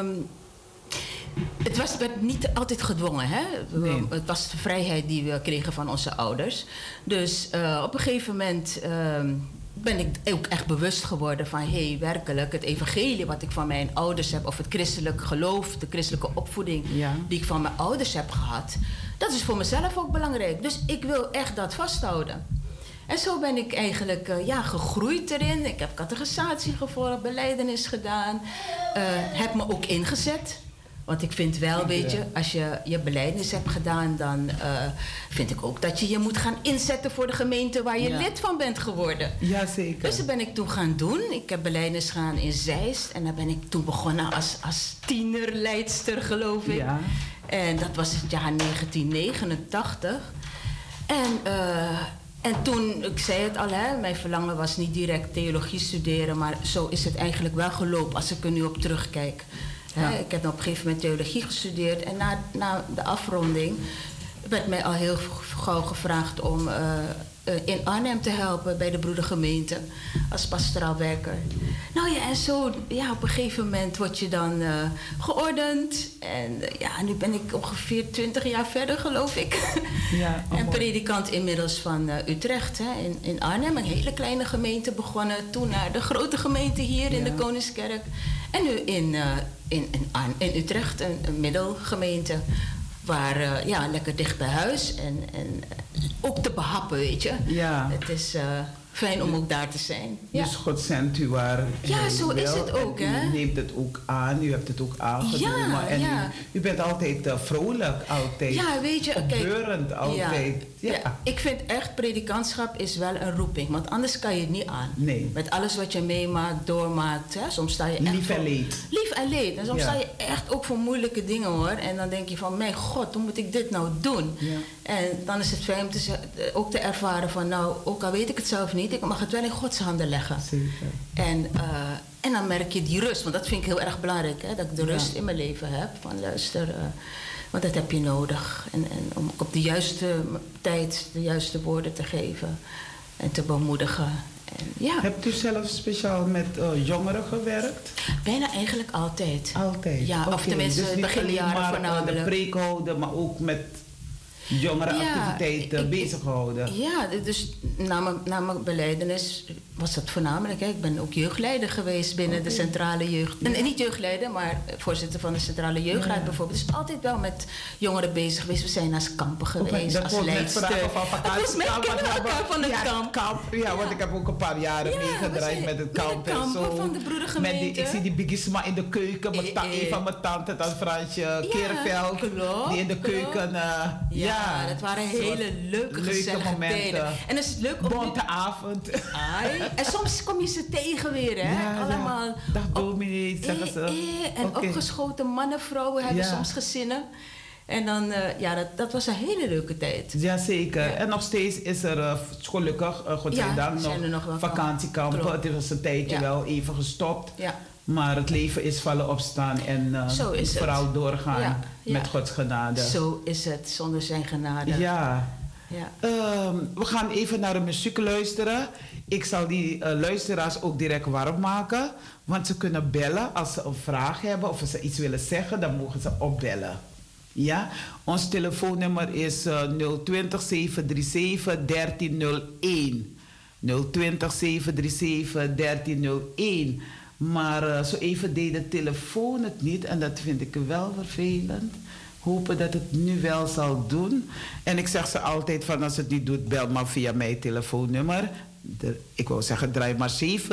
werd niet altijd gedwongen, hè? Nee. Het was de vrijheid die we kregen van onze ouders. Dus op een gegeven moment ben ik ook echt bewust geworden van... werkelijk, het evangelie wat ik van mijn ouders heb... of het christelijk geloof, de christelijke opvoeding... die ik van mijn ouders heb gehad... dat is voor mezelf ook belangrijk. Dus ik wil echt dat vasthouden. En zo ben ik eigenlijk gegroeid erin. Ik heb catechisatie gevolgd, belijdenis gedaan. Heb me ook ingezet... Want ik vind wel, weet je, als je je belijdenis hebt gedaan... dan vind ik ook dat je je moet gaan inzetten voor de gemeente... waar je lid van bent geworden. Ja, zeker. Dus dat ben ik toen gaan doen. Ik heb belijdenis gedaan in Zeist. En daar ben ik toen begonnen als tienerleidster, geloof ik. Ja. En dat was het jaar 1989. En toen, ik zei het al, hè, mijn verlangen was niet direct theologie studeren... maar zo is het eigenlijk wel gelopen als ik er nu op terugkijk... Ja. Ik heb op een gegeven moment theologie gestudeerd. En na de afronding werd mij al heel gauw gevraagd om in Arnhem te helpen bij de broedergemeente als pastoraal werker. Nou ja, en zo, op een gegeven moment word je dan geordend. En nu ben ik ongeveer 20 jaar verder, geloof ik. Ja, en predikant inmiddels van Utrecht, hè, in Arnhem. Een hele kleine gemeente begonnen. Toen naar de grote gemeente hier in de Koningskerk. En nu in Utrecht, een middelgemeente. Waar, lekker dicht bij huis. En ook te behappen, weet je. Ja. Het is fijn om ook daar te zijn. Ja. Dus God zendt u waar. Ja, zo is het ook, hè. U neemt het ook aan, u hebt het ook aangenomen. En u bent altijd vrolijk, altijd. Ja, weet je. Opbeurend, altijd. Ja, ik vind echt, predikantschap is wel een roeping. Want anders kan je het niet aan. Nee. Met alles wat je meemaakt, doormaakt. Hè. Soms sta je echt lief en leed. Lief en leed. En soms sta je echt ook voor moeilijke dingen, hoor. En dan denk je van, mijn God, hoe moet ik dit nou doen? Ja. En dan is het fijn om ook te ervaren van, nou, ook al weet ik het zelf niet, ik mag het wel in Gods handen leggen. Zeker. En dan merk je die rust. Want dat vind ik heel erg belangrijk, hè, dat ik de rust in mijn leven heb. Van luister... Want dat heb je nodig. En om op de juiste tijd de juiste woorden te geven. En te bemoedigen. Hebt u zelf speciaal met jongeren gewerkt? Bijna eigenlijk altijd. Altijd? Ja, of tenminste dus beginjaren voornamelijk. De preek houden, maar ook met jongerenactiviteiten bezighouden. Ja, dus na mijn belijdenis was dat voornamelijk. Hè. Ik ben ook jeugdleider geweest binnen de Centrale Jeugd... En niet jeugdleider, maar voorzitter van de Centrale Jeugdraad bijvoorbeeld. Dus altijd wel met jongeren bezig geweest. We zijn naar kampen geweest als leidster. Dat mij kennen we elkaar van het kamp. Ja, want ik heb ook een paar jaren meegedraaid met het kamp. En zo. Van de broedergemeente. Ik zie die bigisma in de keuken. Een van mijn tante, dat Fransje Keerveld. Die in de keuken... Ja, dat waren hele leuke gezellige momenten. Tijden. En dat is leuk om... Bonte avond. En soms kom je ze tegen weer, hè? Ja, allemaal. Dag dominee, zeggen ze. En opgeschoten mannen, vrouwen hebben soms gezinnen. En dan, dat was een hele leuke tijd. Jazeker. Ja. En nog steeds is er gelukkig, godzijdank, nog vakantiekampen. Het was een tijdje wel even gestopt. Ja. Maar het leven is vallen opstaan en vooral doorgaan met Gods genade. Zo is het, zonder zijn genade. Ja. We gaan even naar de muziek luisteren. Ik zal die luisteraars ook direct warm maken. Want ze kunnen bellen als ze een vraag hebben of ze iets willen zeggen. Dan mogen ze opbellen. Ja? Ons telefoonnummer is 020 737 1301. 020 737 1301. Maar zo even deed de telefoon het niet. En dat vind ik wel vervelend. Hopen dat het nu wel zal doen. En ik zeg ze altijd van als het niet doet, bel maar via mijn telefoonnummer. Ik wou zeggen, draai maar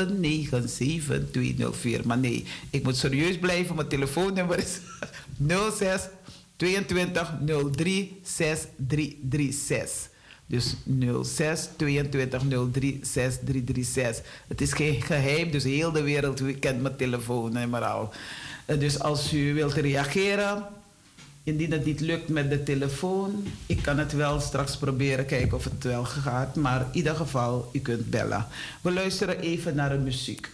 797-204. Maar nee, ik moet serieus blijven. Mijn telefoonnummer is 06 22 03 6336. Dus 06 22 03 6336. Het is geen geheim, dus heel de wereld kent mijn telefoonnummer al. Dus als u wilt reageren, indien het niet lukt met de telefoon, ik kan het wel straks proberen, kijken of het wel gaat. Maar in ieder geval, u kunt bellen. We luisteren even naar de muziek.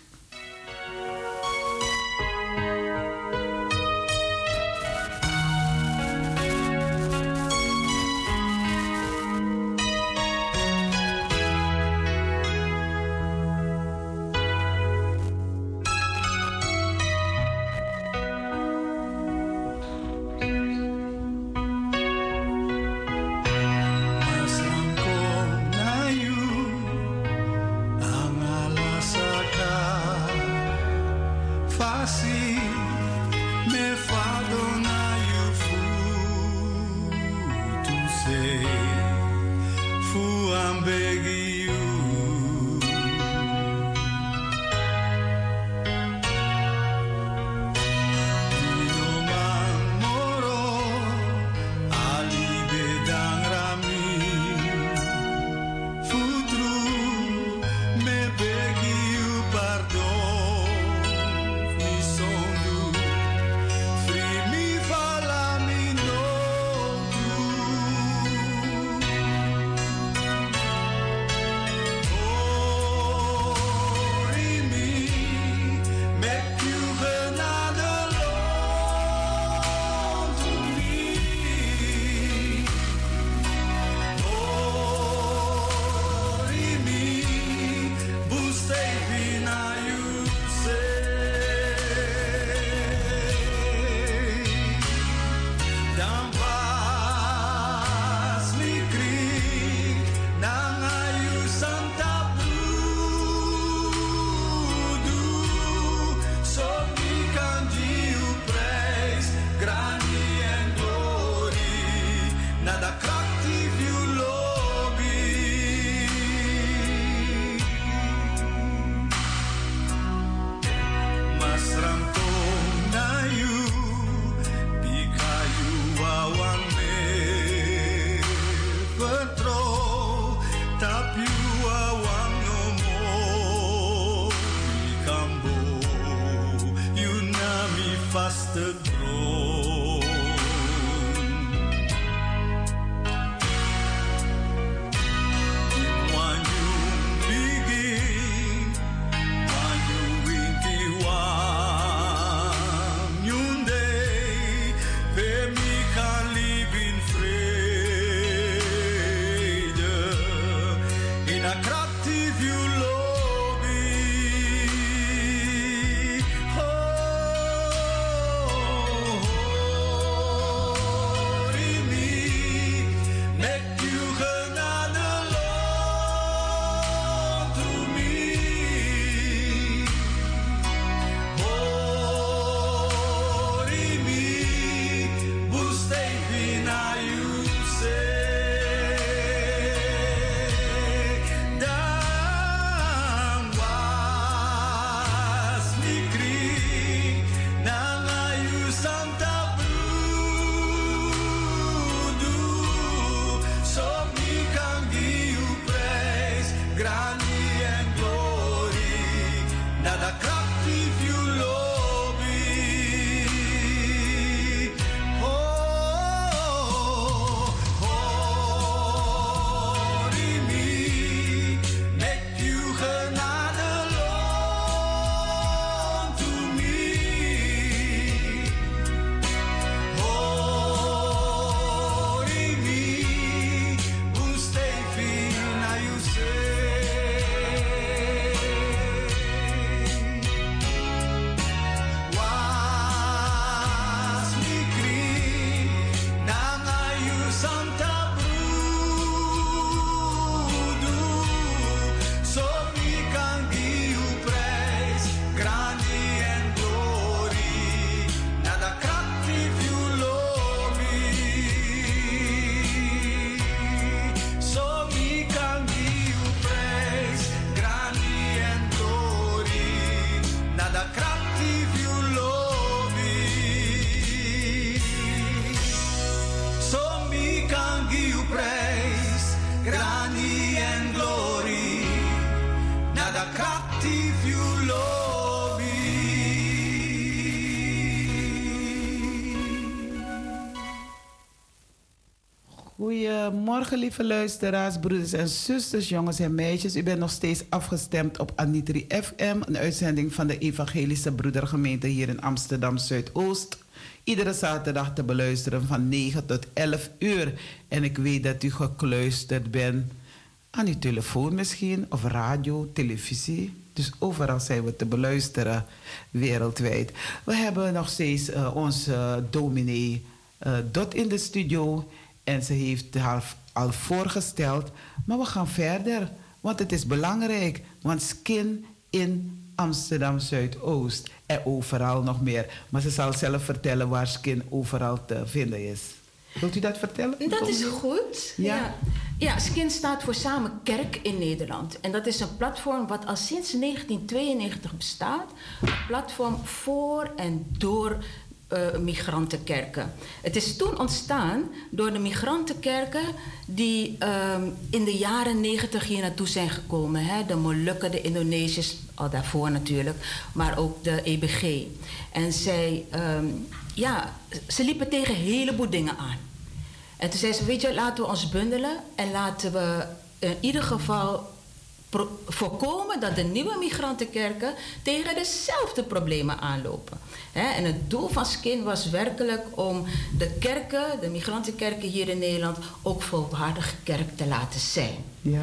da captive you love me. Goedemorgen, lieve luisteraars, broeders en zusters, jongens en meisjes. U bent nog steeds afgestemd op Anitri FM, een uitzending van de Evangelische Broedergemeente hier in Amsterdam Zuidoost. Iedere zaterdag te beluisteren van 9 tot 11 uur. En ik weet dat u gekluisterd bent aan uw telefoon misschien, of radio, televisie. Dus overal zijn we te beluisteren wereldwijd. We hebben nog steeds onze dominee Dot in de studio. En ze heeft haar al voorgesteld. Maar we gaan verder, want het is belangrijk. Want Skin in Amsterdam Zuidoost en overal nog meer. Maar ze zal zelf vertellen waar Skin overal te vinden is. Wilt u dat vertellen? Dat is goed. Ja. Ja, Skin staat voor Samen Kerk in Nederland. En dat is een platform wat al sinds 1992 bestaat. Een platform voor en door migrantenkerken. Het is toen ontstaan door de migrantenkerken die in de jaren 90 hier naartoe zijn gekomen. Hè? De Molukken, de Indonesiërs, al daarvoor natuurlijk, maar ook de EBG. En zij, ze liepen tegen een heleboel dingen aan. En toen zei ze, weet je, laten we ons bundelen en laten we in ieder geval voorkomen dat de nieuwe migrantenkerken tegen dezelfde problemen aanlopen. En het doel van Skin was werkelijk om de kerken, de migrantenkerken hier in Nederland, ook volwaardige kerk te laten zijn. Ja.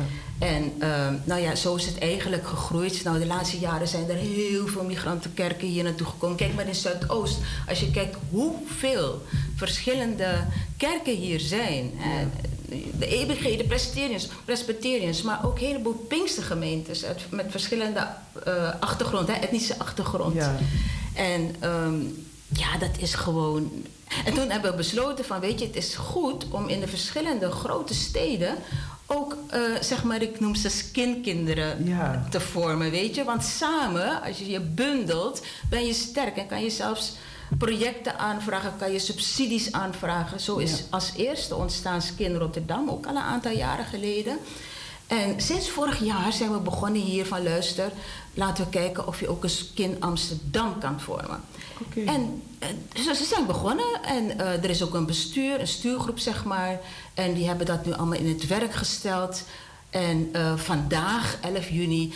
En zo is het eigenlijk gegroeid. Nou, de laatste jaren zijn er heel veel migrantenkerken hier naartoe gekomen. Kijk maar in Zuidoost. Als je kijkt hoeveel verschillende kerken hier zijn. Ja. De EBG, de Presbyteriërs, maar ook een heleboel Pinkstergemeentes met verschillende achtergrond, etnische achtergrond. Ja. En dat is gewoon. En toen hebben we besloten van, weet je, het is goed om in de verschillende grote steden ook, ik noem ze skinkinderen te vormen, weet je. Want samen, als je je bundelt, ben je sterk en kan je zelfs projecten aanvragen, kan je subsidies aanvragen. Zo is als eerste ontstaan Skin Rotterdam, ook al een aantal jaren geleden. En sinds vorig jaar zijn we begonnen hier van luister, laten we kijken of je ook een Skin Amsterdam kan vormen. Okay. En ze zijn begonnen en er is ook een stuurgroep zeg maar. En die hebben dat nu allemaal in het werk gesteld. En vandaag, 11 juni,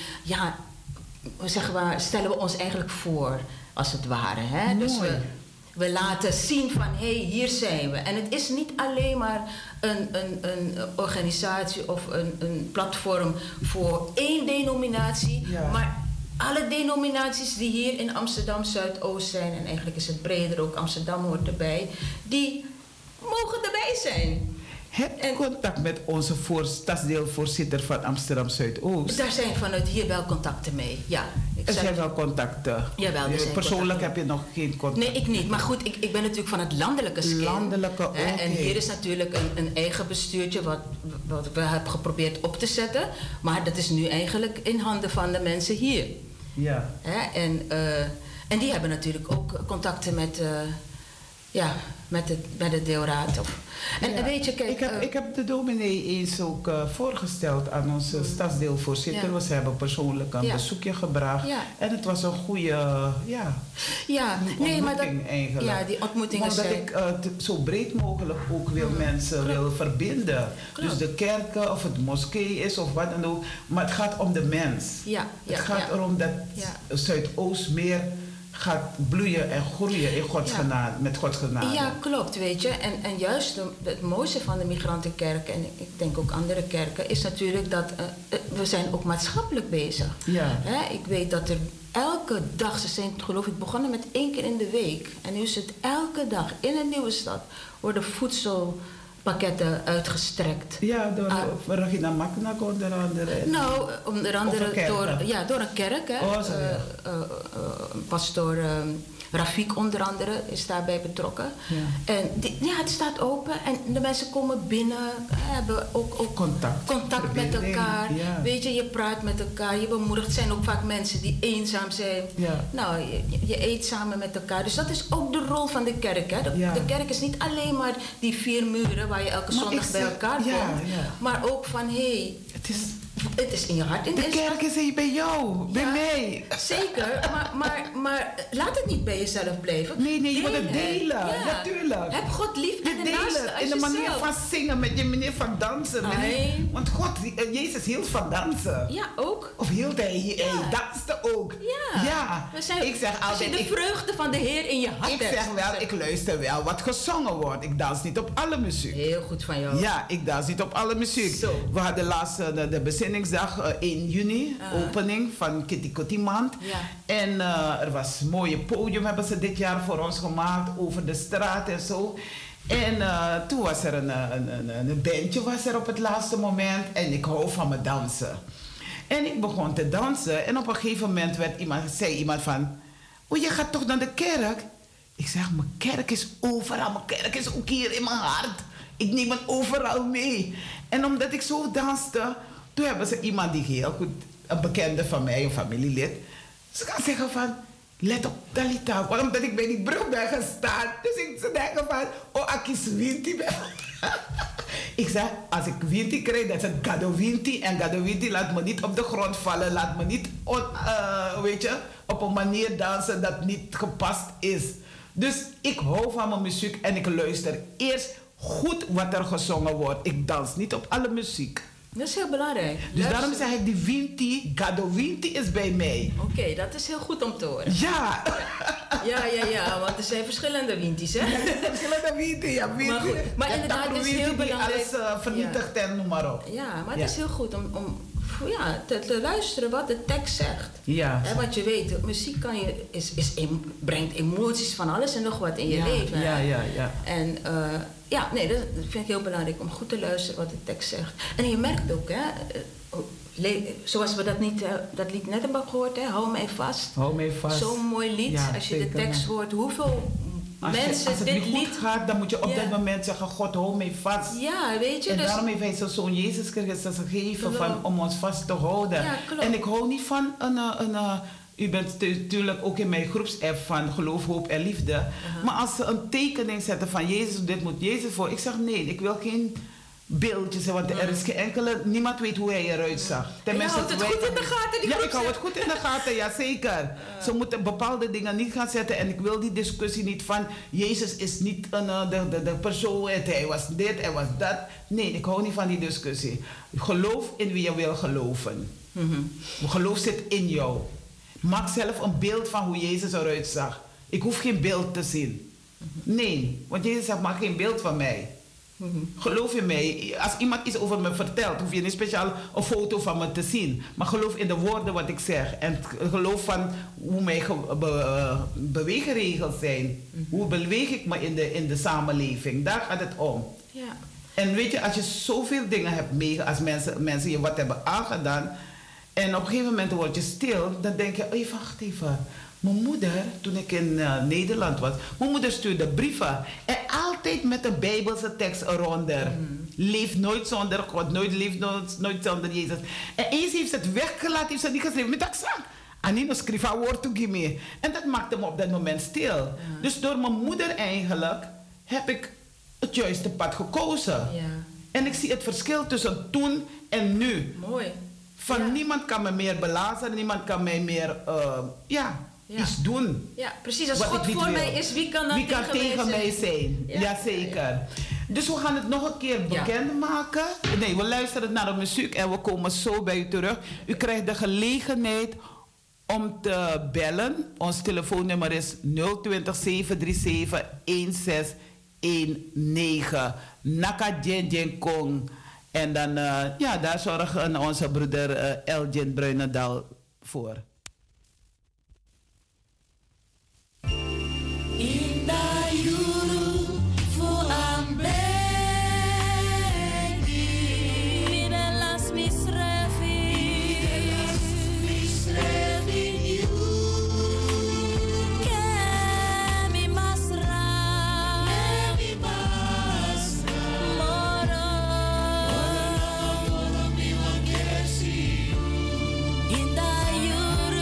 stellen we ons eigenlijk voor, als het ware. Hè? Dus we laten zien van, hier zijn we. En het is niet alleen maar een organisatie of een platform voor één denominatie, maar alle denominaties die hier in Amsterdam Zuidoost zijn, en eigenlijk is het breder, ook Amsterdam hoort erbij, die mogen erbij zijn. Heb je contact met onze stadsdeelvoorzitter van Amsterdam Zuidoost? Daar zijn vanuit hier wel contacten mee, ja. Er zijn wel contacten? Jawel, er zijn persoonlijk contacten. Heb je nog geen contact? Nee, ik niet. Maar goed, ik ben natuurlijk van het landelijke Skin. Okay. En hier is natuurlijk een eigen bestuurtje wat we hebben geprobeerd op te zetten. Maar dat is nu eigenlijk in handen van de mensen hier. Ja. En die hebben natuurlijk ook contacten met de deelraad. En weet je, kijk, ik heb de dominee eens ook voorgesteld aan onze stadsdeelvoorzitter. Ja. Ze hebben persoonlijk een bezoekje gebracht. Ja. En het was een goede ontmoeting eigenlijk. Ja, die ontmoetingen omdat zijn. Ik zo breed mogelijk ook mensen wil verbinden. Klopt. Dus de kerken of het moskee is of wat dan ook. Maar het gaat om de mens. Het gaat erom dat Zuidoost meer gaat bloeien en groeien in Gods genade, met Gods genade. Ja, klopt, weet je. En juist het mooiste van de migrantenkerken, en ik denk ook andere kerken, is natuurlijk dat we zijn ook maatschappelijk bezig. Ja. Ik weet dat er elke dag, ze zijn geloof ik begonnen met 1 keer in de week. En nu is het elke dag in een nieuwe stad worden voedselpakketten uitgestrekt. Ja, door Regina Maknak onder andere. Nou, onder andere door een kerk. Hè. Pastoor Rafik onder andere is daarbij betrokken. Ja. En het staat open en de mensen komen binnen, hebben ook contact met elkaar. Ja. Weet je praat met elkaar, je bemoedigt. Het zijn ook vaak mensen die eenzaam zijn. Ja. Nou, je eet samen met elkaar. Dus dat is ook de rol van de kerk. Hè. De kerk is niet alleen maar die 4 muren waar je elke zondag bij elkaar komt. Ja. Maar ook van, Het is in je hart. De kerk is bij jou, bij mij. Zeker, maar laat het niet bij jezelf blijven. Nee, je moet het delen. Ja, tuurlijk. Heb God lief en de naaste als in de manier van zingen, met je manier van dansen. Want God, Jezus hield van dansen. Ja, ook. Of hield hij danste ook. Ja. Ik zeg altijd, als je de vreugde van de Heer in je hart hebt. Ik zeg wel, ik luister wel wat gezongen wordt. Ik dans niet op alle muziek. Heel goed van jou. Ja, ik dans niet op alle muziek. Zo. We hadden laatst de bezinningsdag 1 juni, opening van Kitty Kotti Maand. Ja. En er was een mooie podium, hebben ze dit jaar voor ons gemaakt over de straat en zo. En toen was er een bandje was er op het laatste moment en ik hou van me dansen. En ik begon te dansen en op een gegeven moment zei iemand van, oh, je gaat toch naar de kerk? Ik zeg, mijn kerk is overal, mijn kerk is ook hier in mijn hart. Ik neem het overal mee. En omdat ik zo danste, toen hebben ze iemand die heel goed, een bekende van mij, een familielid, ze kan zeggen van, let op Talita, omdat ik bij die brug ben gestaan. Dus ze denken van, oh, Akis Winti ben. Ik zeg, als ik Winti krijg, dat is het Gado Winti. En Gado Winti laat me niet op de grond vallen, laat me niet op een manier dansen dat niet gepast is. Dus ik hou van mijn muziek en ik luister eerst goed wat er gezongen wordt. Ik dans niet op alle muziek. Dat is heel belangrijk. Dus daarom zeg ik, die Winti, Gado Winti is bij mij. Oké, dat is heel goed om te horen. Ja. Ja, want er zijn verschillende Winties, hè? Verschillende Winti, ja. Maar goed, maar inderdaad, het is heel belangrijk. Alles vernietigt en noem maar op. Ja, maar het is heel goed om te luisteren wat de tekst zegt. Ja. Hè, want je weet, muziek brengt emoties van alles en nog wat in je leven. Ja. En dat vind ik heel belangrijk om goed te luisteren wat de tekst zegt. En je merkt ook, hè, zoals we dat lied net hebben gehoord, hè, Hou mij vast. Hou mij vast. Zo'n mooi lied, Ja, als je zeker, de tekst hoort, hoeveel mensen als het dit niet lied goed gaat, dan moet je op dat moment zeggen, God, hou mij vast. Ja, weet je. En dus daarom heeft hij zijn zoon Jezus Christus gegeven om ons vast te houden. Ja, klopt. En ik hou niet van u bent natuurlijk ook in mijn groepsapp van geloof, hoop en liefde. Maar als ze een tekening zetten van Jezus, dit moet Jezus voor. Ik zeg nee, ik wil geen beeldjes, want er is geen enkele, niemand weet hoe hij eruit zag. Je houdt het goed in de gaten, die ik hou het goed in de gaten, ja zeker. Ze moeten bepaalde dingen niet gaan zetten en ik wil die discussie niet van Jezus is niet de persoon, hij was dit, hij was dat. Nee, ik hou niet van die discussie. Geloof in wie je wil geloven. Geloof zit in jou. Maak zelf een beeld van hoe Jezus eruit zag. Ik hoef geen beeld te zien. Nee, want Jezus zegt, maak geen beeld van mij. Geloof in mij. Als iemand iets over me vertelt, hoef je niet speciaal een foto van me te zien. Maar geloof in de woorden wat ik zeg. En geloof van hoe mijn beweegregels zijn. Hoe beweeg ik me in de samenleving. Daar gaat het om. Ja. En weet je, als je zoveel dingen hebt meegemaakt, als mensen je wat hebben aangedaan. En op een gegeven moment word je stil. Dan denk je, wacht even. Mijn moeder, toen ik in Nederland was, mijn moeder stuurde brieven. En altijd met een Bijbelse tekst eronder. Leef nooit zonder God, leef nooit zonder Jezus. En eens heeft ze het weggelaten, heeft ze niet geschreven. Met accent. Anino schreef haar woord to give me. En dat maakte me op dat moment stil. Ja. Dus door mijn moeder eigenlijk heb ik het juiste pad gekozen. Ja. En ik zie het verschil tussen toen en nu. Mooi. Van niemand kan me meer belazeren, niemand kan mij meer iets doen. Ja, precies. Als God voor mij is, wie kan dan tegen mij zijn? Jazeker. Dus we gaan het nog een keer bekendmaken. Nee, we luisteren naar de muziek en we komen zo bij u terug. U krijgt de gelegenheid om te bellen. Ons telefoonnummer is 020 737 1619. Naka Jen Kong. En dan, daar zorgen onze broeder Elgin Bruinendaal voor. Inda yuru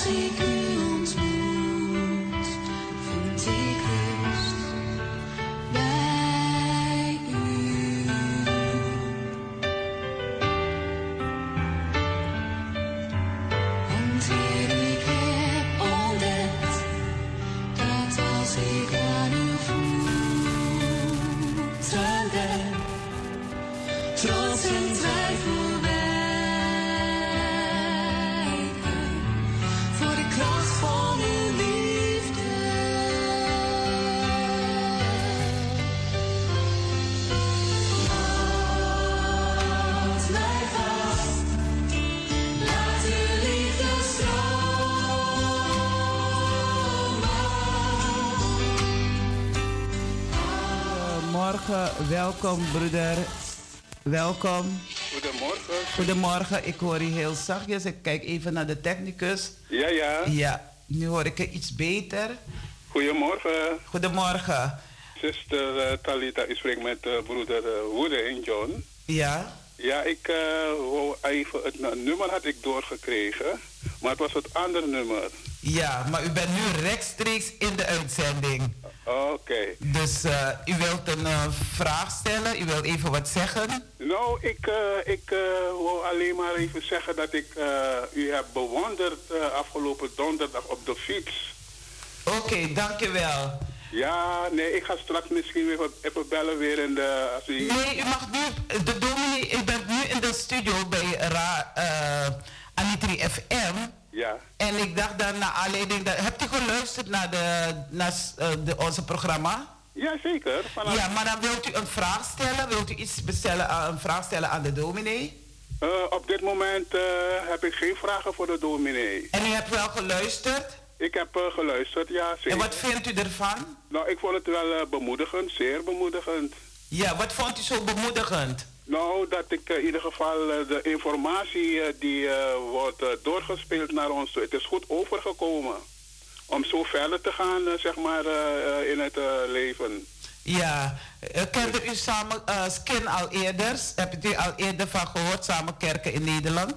Als ik u ontmoet, vind ik rust bij u. Want Heer, ik heb ontdekt dat als ik aan uw voeten ben, trots en twijfel voor de kracht van uw liefde. Houd mij vast, laat uw liefde stromen. Morgen, welkom broeder. Welkom. Goedemorgen. Goedemorgen, ik hoor u heel zachtjes. Ik kijk even naar de technicus. Ja, ja. Ja, nu hoor ik het iets beter. Goedemorgen. Goedemorgen. Zuster Talita, ik spreek met broeder Woede en John. Ja. Ja, ik wou even, het nummer had ik doorgekregen, maar het was het andere nummer. Ja, maar u bent nu rechtstreeks in de uitzending. Oké. Dus u wilt een vraag stellen? U wilt even wat zeggen? Nou, ik wil alleen maar even zeggen dat ik u heb bewonderd afgelopen donderdag op de fiets. Oké, dankjewel. Ja, nee, ik ga straks misschien weer even bellen weer in de... Als u... Nee, u mag nu... De dominee, ik ben nu in de studio bij Anitri FM. Ja. En ik dacht dan naar aanleiding... Hebt u geluisterd naar onze programma? Ja, zeker. Ja, maar dan wilt u een vraag stellen? Wilt u iets een vraag stellen aan de dominee? Op dit moment heb ik geen vragen voor de dominee. En u hebt wel geluisterd? Ik heb geluisterd, ja, zeker. En wat vindt u ervan? Nou, ik vond het wel bemoedigend, zeer bemoedigend. Ja, wat vond u zo bemoedigend? Nou, dat ik in ieder geval de informatie die wordt doorgespeeld naar ons, het is goed overgekomen. Om zo verder te gaan, zeg maar, in het leven. Ja, kende u samen Skin al eerder? Hebt u al eerder van gehoord, Samen Kerken in Nederland?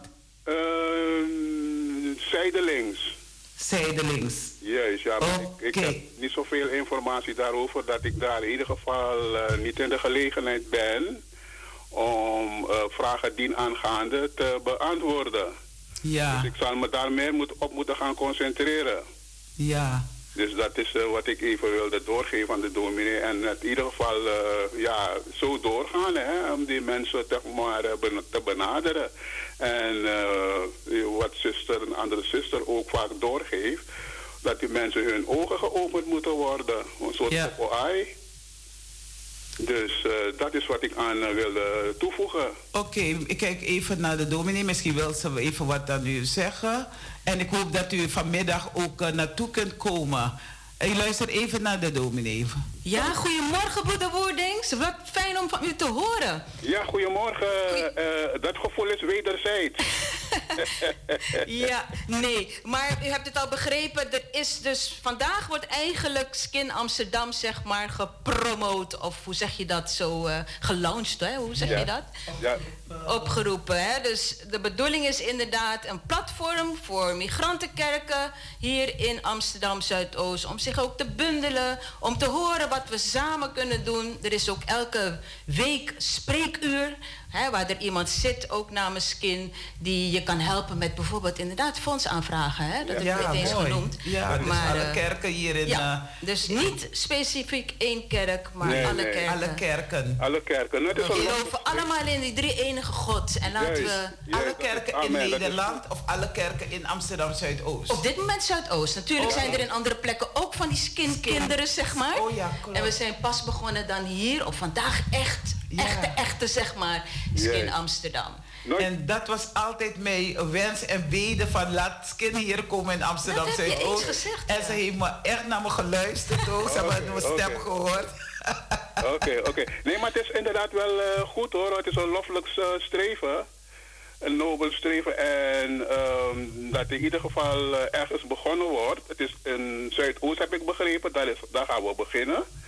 Zijdelings. Zijdelings. Juist, ja, maar ik heb niet zoveel informatie daarover dat ik daar in ieder geval niet in de gelegenheid ben om vragen dienaangaande te beantwoorden. Ja. Dus ik zal me daar meer op moeten gaan concentreren. Ja. Dus dat is wat ik even wilde doorgeven aan de dominee. En in ieder geval ja, zo doorgaan, hè, om die mensen te benaderen. En wat een andere zuster ook vaak doorgeeft, dat die mensen hun ogen geopend moeten worden. Een soort eye. Dus dat is wat ik aan wilde toevoegen. Oké, ik kijk even naar de dominee. Misschien wil ze even wat aan u zeggen. En ik hoop dat u vanmiddag ook naartoe kunt komen. Ik luister even naar de dominee. Ja, goedemorgen, broeder Woerdings. Wat fijn om van u te horen. Ja, goedemorgen. Dat gevoel is wederzijds. Ja, nee. Maar u hebt het al begrepen. Er is dus, vandaag wordt eigenlijk Skin Amsterdam, zeg maar, gepromoot. Of hoe zeg je dat zo? Gelaunched, hè? Hoe zeg je dat? Ja. Opgeroepen, hè? Dus de bedoeling is inderdaad een platform voor migrantenkerken hier in Amsterdam Zuidoost. Om zich ook te bundelen, om te horen wat we samen kunnen doen. Er is ook elke week spreekuur, hè, waar er iemand zit, ook namens Skin, die je kan helpen met bijvoorbeeld inderdaad fondsaanvragen. Hè? Dat heb ik niet eens genoemd. Ja, dus maar, alle kerken hier in... dus niet specifiek één kerk, maar alle kerken. Alle kerken. Alle kerken. Nou, we geloven allemaal in die drie enige God. En laten we... alle kerken in Nederland of alle kerken in Amsterdam Zuidoost? Op dit moment Zuidoost. Natuurlijk zijn er in andere plekken ook van die skinkinderen, zeg maar. Oh ja, klopt. En we zijn pas begonnen dan hier, op vandaag echt, echte, zeg maar, Skin Amsterdam. En dat was altijd mijn wens en bede van laat Skin hier komen in Amsterdam Zuidoost. En ze heeft me echt naar me geluisterd ook. Ze hebben mijn stem gehoord. Oké. Nee, maar het is inderdaad wel goed hoor. Het is een loffelijk streven. Een nobel streven. En dat in ieder geval ergens begonnen wordt. Het is in Zuidoost, heb ik begrepen. Daar gaan we beginnen.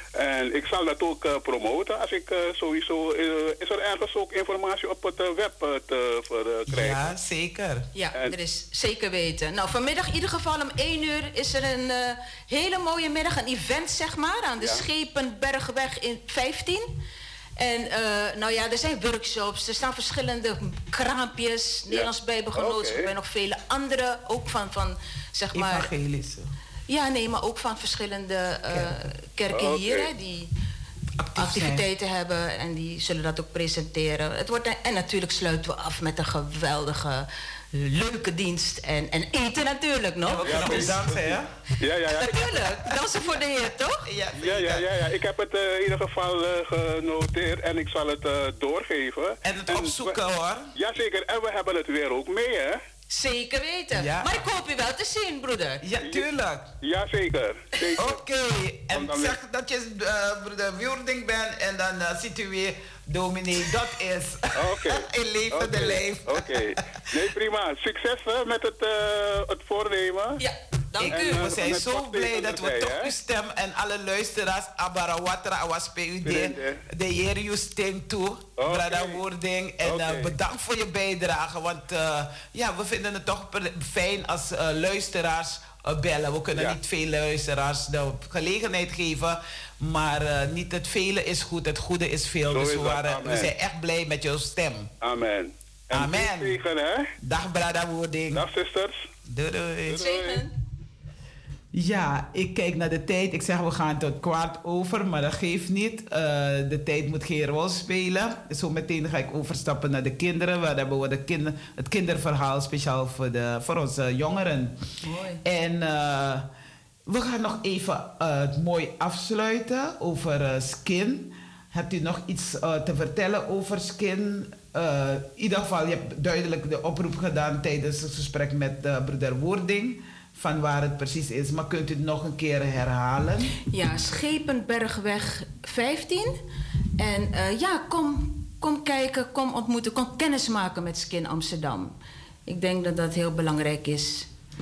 En ik zal dat ook promoten als ik sowieso... is er ergens ook informatie op het web te krijgen? Ja, zeker. Ja, er is zeker weten. Nou, vanmiddag in ieder geval om 1 uur is er een hele mooie middag. Een event, zeg maar, aan de Schepenbergweg in 15. En nou ja, er zijn workshops, er staan verschillende kraampjes, Nederlands Bijbelgenootschap en nog vele andere, ook van zeg maar... Evangelische. Ja, nee, maar ook van verschillende kerken hier, hè, die activiteiten hebben en die zullen dat ook presenteren. Het wordt, en natuurlijk sluiten we af met een geweldige, leuke dienst en eten natuurlijk nog. Ja, we kunnen ook dansen, hè? Ja. Natuurlijk, dansen voor de Heer, toch? Ja. Ik heb het in ieder geval genoteerd en ik zal het doorgeven. En het opzoeken, hoor. Jazeker, en we hebben het weer ook mee, hè? Zeker weten. Ja. Maar ik hoop je wel te zien, broeder. Ja, tuurlijk. Ja, zeker. Oké. En zeg dat je broeder Wilding bent en dan ziet u weer dominee. Dat is in levende lijf. Oké. Nee, prima. Succes met het voornemen. Ja. Dank u. We zijn zo blij dat we toch uw stem en alle luisteraars Abarawatra Awaspe de Heer uw stem toe, Brada Woording. En bedankt voor je bijdrage, want ja, we vinden het toch fijn als luisteraars bellen. We kunnen niet veel luisteraars de gelegenheid geven, maar niet het vele is goed, het goede is veel. Dus we zijn echt blij met jouw stem. Amen. En amen. Zegen, hè? Dag Brada Woording. Dag zusters. Doei doei. Zegen. Ja, ik kijk naar de tijd. Ik zeg we gaan tot 15:15, maar dat geeft niet. De tijd moet geen rol spelen. Zometeen ga ik overstappen naar de kinderen. Waar hebben we het kinderverhaal speciaal voor onze jongeren. Mooi. En we gaan nog even mooi afsluiten over Skin. Hebt u nog iets te vertellen over Skin? In ieder geval, je hebt duidelijk de oproep gedaan tijdens het gesprek met broeder Woording. Van waar het precies is. Maar kunt u het nog een keer herhalen? Ja, Schepenbergweg 15. En ja, kom kijken, kom ontmoeten, kom kennismaken met Skin Amsterdam. Ik denk dat dat heel belangrijk is.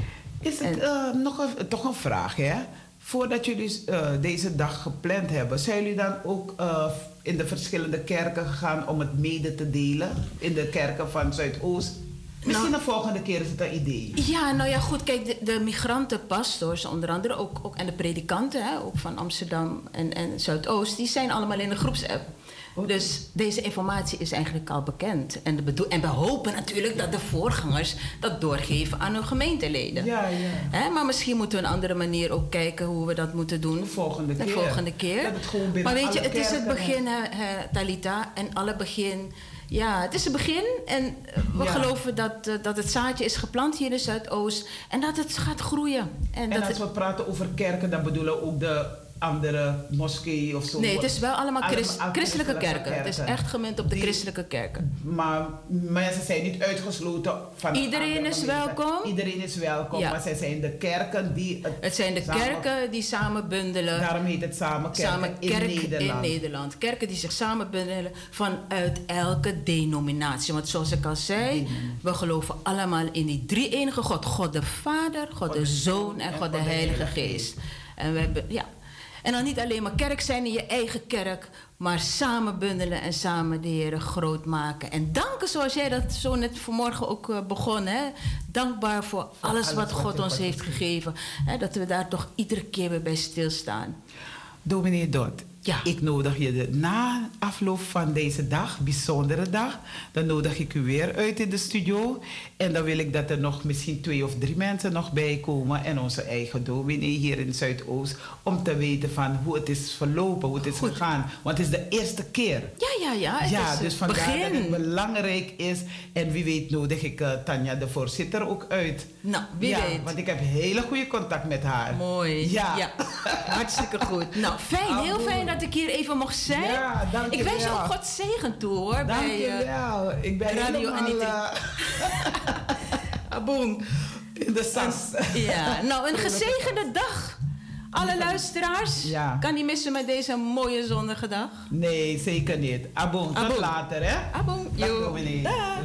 Is het toch een vraag, hè? Voordat jullie deze dag gepland hebben, zijn jullie dan ook in de verschillende kerken gegaan om het mede te delen? In de kerken van Zuidoost? Misschien de volgende keer is het een idee. Ja, nou ja, goed. Kijk, de migrantenpastors, onder andere ook en de predikanten, hè, ook van Amsterdam en Zuidoost, die zijn allemaal in de groepsapp. Dus deze informatie is eigenlijk al bekend. En we hopen natuurlijk dat de voorgangers dat doorgeven aan hun gemeenteleden. Ja. Hè, maar misschien moeten we een andere manier ook kijken hoe we dat moeten doen. De volgende keer. Dat het gewoon maar weet je, het is het begin, Talita, en alle begin. Ja, het is het begin en we geloven dat het zaadje is geplant hier in Zuidoost en dat het gaat groeien. En als we praten over kerken, dan bedoelen we ook de andere moskeeën of zo? Nee, het is wel allemaal christelijke kerken. Het is echt gemunt op de christelijke kerken. Maar mensen zijn niet uitgesloten van... Iedereen is welkom. Iedereen is welkom, maar zij zijn de kerken die... Het zijn de kerken die samen bundelen. Daarom heet het samen kerk in Nederland. Kerken die zich samen bundelen vanuit elke denominatie. Want zoals ik al zei, we geloven allemaal in die drie-enige God. God de Vader, God de Zoon en God de Heilige Geest. En we hebben... En dan niet alleen maar kerk zijn in je eigen kerk, maar samen bundelen en samen de Heer groot maken. En danken zoals jij dat zo net vanmorgen ook begon. Hè? Dankbaar voor alles wat God ons heeft gegeven. Hè? Dat we daar toch iedere keer weer bij stilstaan. Dominee Dot, ik nodig je na afloop van deze dag, bijzondere dag, dan nodig ik u weer uit in de studio. En dan wil ik dat er nog misschien 2 of 3 mensen nog bij komen. En onze eigen dominee hier in Zuidoost. Om te weten van hoe het is verlopen, hoe het is gegaan. Want het is de eerste keer. Ja, het is dus vandaar dat het belangrijk is. En wie weet nodig ik Tanja, de voorzitter, ook uit. Nou, wie weet. Want ik heb hele goede contact met haar. Mooi. Ja. Hartstikke goed. Nou, fijn. Heel fijn dat ik hier even mocht zijn. Ja, dank je wel. Ik wens je ook God zegen toe, hoor. Dank je wel. Ik ben Radio Anita. Aboom. In de sas. Ja, nou, een gezegende dag. Alle luisteraars. Ja. Kan niet missen met deze mooie zonnige dag. Nee, zeker niet. Aboom. Tot later, hè? Aboom. Dag, dominee. Dag.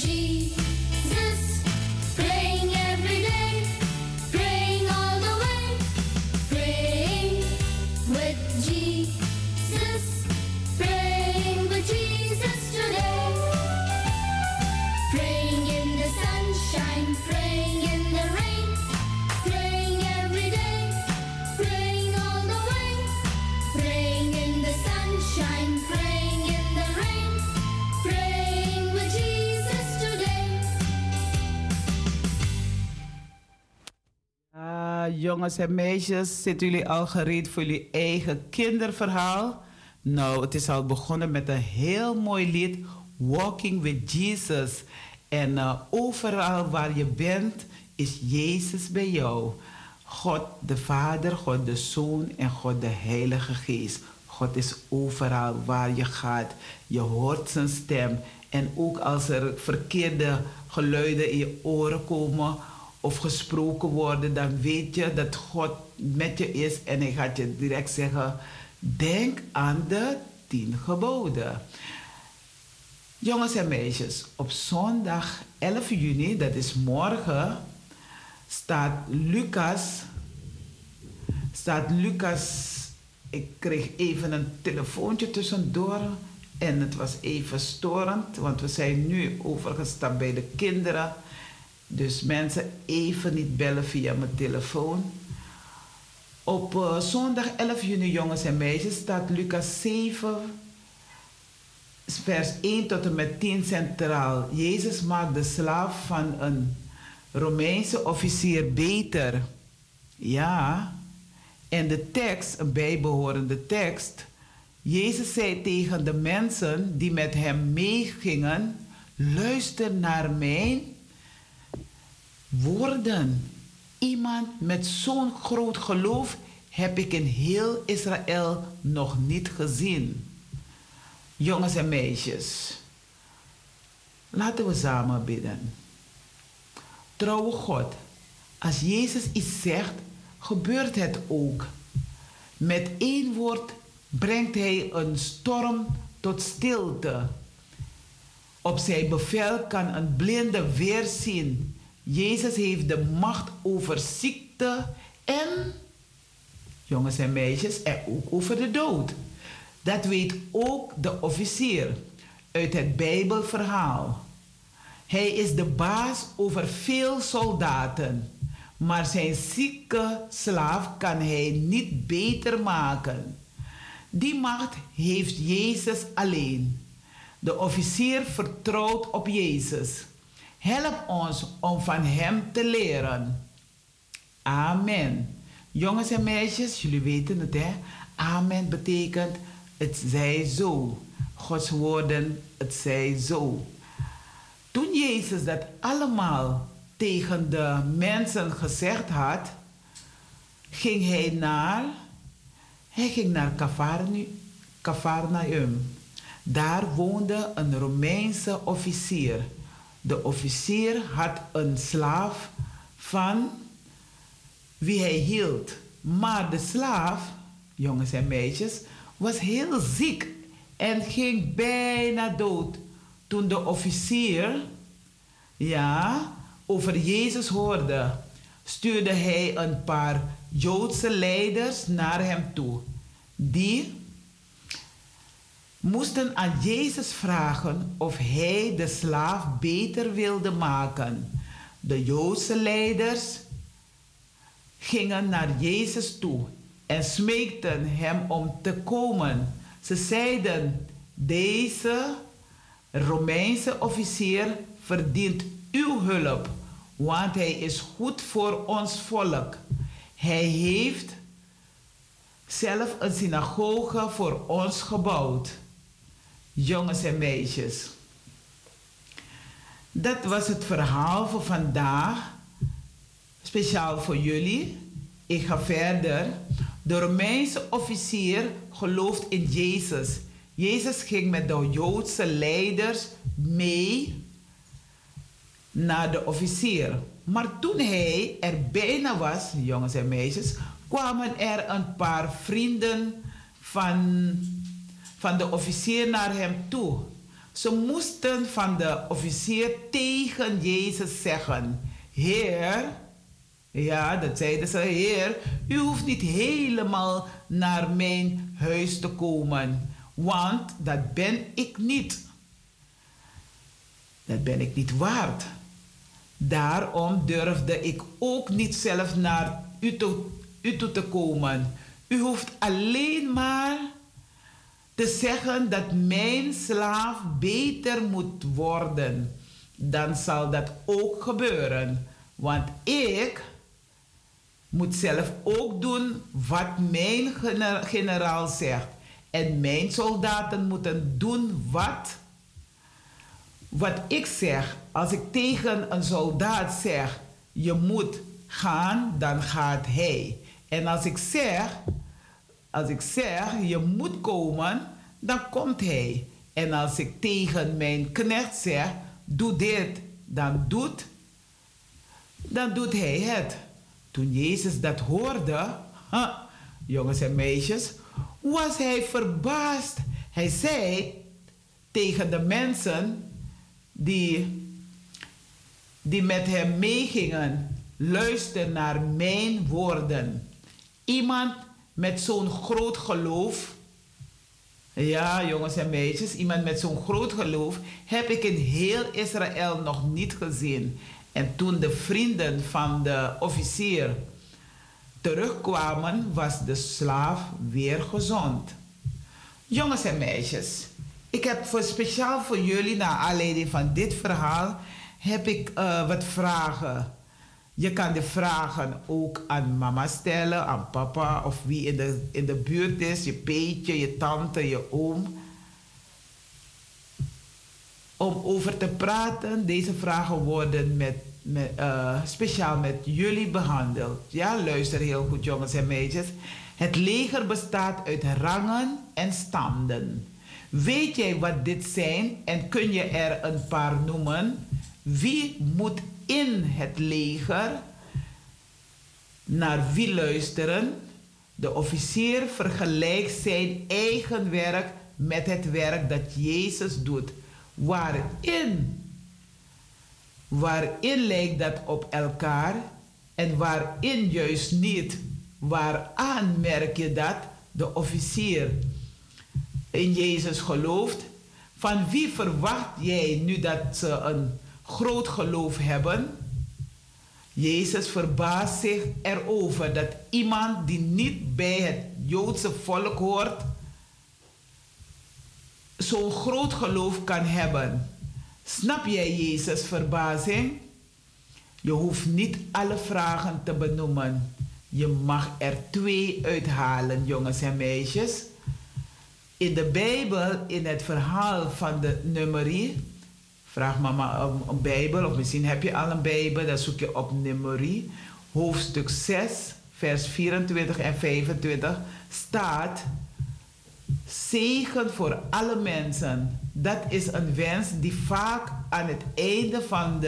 Jesus, praying every day, praying all the way, praying with Jesus, praying with Jesus today, praying in the sunshine, praying in the rain, praying every day, praying all the way, praying in the sunshine, praying in the rain, praying with Jesus today. Jongens en meisjes, zitten jullie al gereed voor jullie eigen kinderverhaal? Nou, het is al begonnen met een heel mooi lied, Walking with Jesus. En overal waar je bent, is Jezus bij jou. God de Vader, God de Zoon en God de Heilige Geest. God is overal waar je gaat. Je hoort zijn stem. En ook als er verkeerde geluiden in je oren komen of gesproken worden, dan weet je dat God met je is en hij gaat je direct zeggen, denk aan de 10 geboden. Jongens en meisjes, op zondag 11 juni, dat is morgen, staat Lucas, ik kreeg even een telefoontje tussendoor en het was even storend, want we zijn nu overgestapt bij de kinderen. Dus mensen, even niet bellen via mijn telefoon. Op zondag 11 juni, jongens en meisjes, staat Lucas 7, vers 1 tot en met 10 centraal. Jezus maakt de slaaf van een Romeinse officier beter. Ja, en de tekst, een bijbehorende tekst. Jezus zei tegen de mensen die met hem meegingen, luister naar mijn woorden. Iemand met zo'n groot geloof heb ik in heel Israël nog niet gezien. Jongens en meisjes, laten we samen bidden. Trouwe God, als Jezus iets zegt, gebeurt het ook. Met één woord brengt hij een storm tot stilte. Op zijn bevel kan een blinde weer zien. Jezus heeft de macht over ziekte en, jongens en meisjes, en ook over de dood. Dat weet ook de officier uit het Bijbelverhaal. Hij is de baas over veel soldaten, maar zijn zieke slaaf kan hij niet beter maken. Die macht heeft Jezus alleen. De officier vertrouwt op Jezus. Help ons om van hem te leren. Amen. Jongens en meisjes, jullie weten het, hè? Amen betekent het zij zo. Gods woorden, het zij zo. Toen Jezus dat allemaal tegen de mensen gezegd had, ging hij naar Cafarnaum. Daar woonde een Romeinse officier. De officier had een slaaf van wie hij hield. Maar de slaaf, jongens en meisjes, was heel ziek en ging bijna dood. Toen de officier over Jezus hoorde, stuurde hij een paar Joodse leiders naar hem toe. Die moesten aan Jezus vragen of hij de slaaf beter wilde maken. De Joodse leiders gingen naar Jezus toe en smeekten hem om te komen. Ze zeiden, deze Romeinse officier verdient uw hulp, want hij is goed voor ons volk. Hij heeft zelf een synagoge voor ons gebouwd. Jongens en meisjes, dat was het verhaal voor vandaag, speciaal voor jullie. Ik ga verder. De Romeinse officier gelooft in Jezus. Jezus ging met de Joodse leiders mee naar de officier. Maar toen hij er bijna was, jongens en meisjes, kwamen er een paar vrienden van de officier naar hem toe. Ze moesten van de officier tegen Jezus zeggen: Heer, ja, dat zeiden ze, Heer, u hoeft niet helemaal naar mijn huis te komen, want dat ben ik niet. Dat ben ik niet waard. Daarom durfde ik ook niet zelf naar u toe te komen. U hoeft alleen maar te zeggen dat mijn slaaf beter moet worden. Dan zal dat ook gebeuren. Want ik moet zelf ook doen wat mijn generaal zegt. En mijn soldaten moeten doen wat ik zeg. Als ik tegen een soldaat zeg, je moet gaan, dan gaat hij. En als ik zeg, je moet komen, dan komt hij. En als ik tegen mijn knecht zeg, doe dit, dan doet hij het. Toen Jezus dat hoorde, jongens en meisjes, was hij verbaasd. Hij zei tegen de mensen die met hem meegingen: luister naar mijn woorden. Iemand met zo'n groot geloof, ja jongens en meisjes, iemand met zo'n groot geloof heb ik in heel Israël nog niet gezien. En toen de vrienden van de officier terugkwamen, was de slaaf weer gezond. Jongens en meisjes, ik heb speciaal voor jullie, naar aanleiding van dit verhaal, heb ik wat vragen. Je kan de vragen ook aan mama stellen, aan papa of wie in de buurt is, je peetje, je tante, je oom. Om over te praten, deze vragen worden speciaal met jullie behandeld. Ja, luister heel goed jongens en meisjes. Het leger bestaat uit rangen en standen. Weet jij wat dit zijn en kun je er een paar noemen? Wie moet in het leger naar wie luisteren? De officier vergelijkt zijn eigen werk met het werk dat Jezus doet. Waarin lijkt dat op elkaar en waarin juist niet? Waaraan merk je dat de officier in Jezus gelooft? Van wie verwacht jij nu dat ze een groot geloof hebben? Jezus verbaast zich erover dat iemand die niet bij het Joodse volk hoort zo'n groot geloof kan hebben. Snap jij Jezus' verbazing? Je hoeft niet alle vragen te benoemen. Je mag er 2 uithalen, jongens en meisjes. In de Bijbel, in het verhaal van de Numeri, vraag mama een Bijbel, of misschien heb je al een Bijbel, dan zoek je op Numeri. Hoofdstuk 6, vers 24 en 25 staat: zegen voor alle mensen. Dat is een wens die vaak aan het einde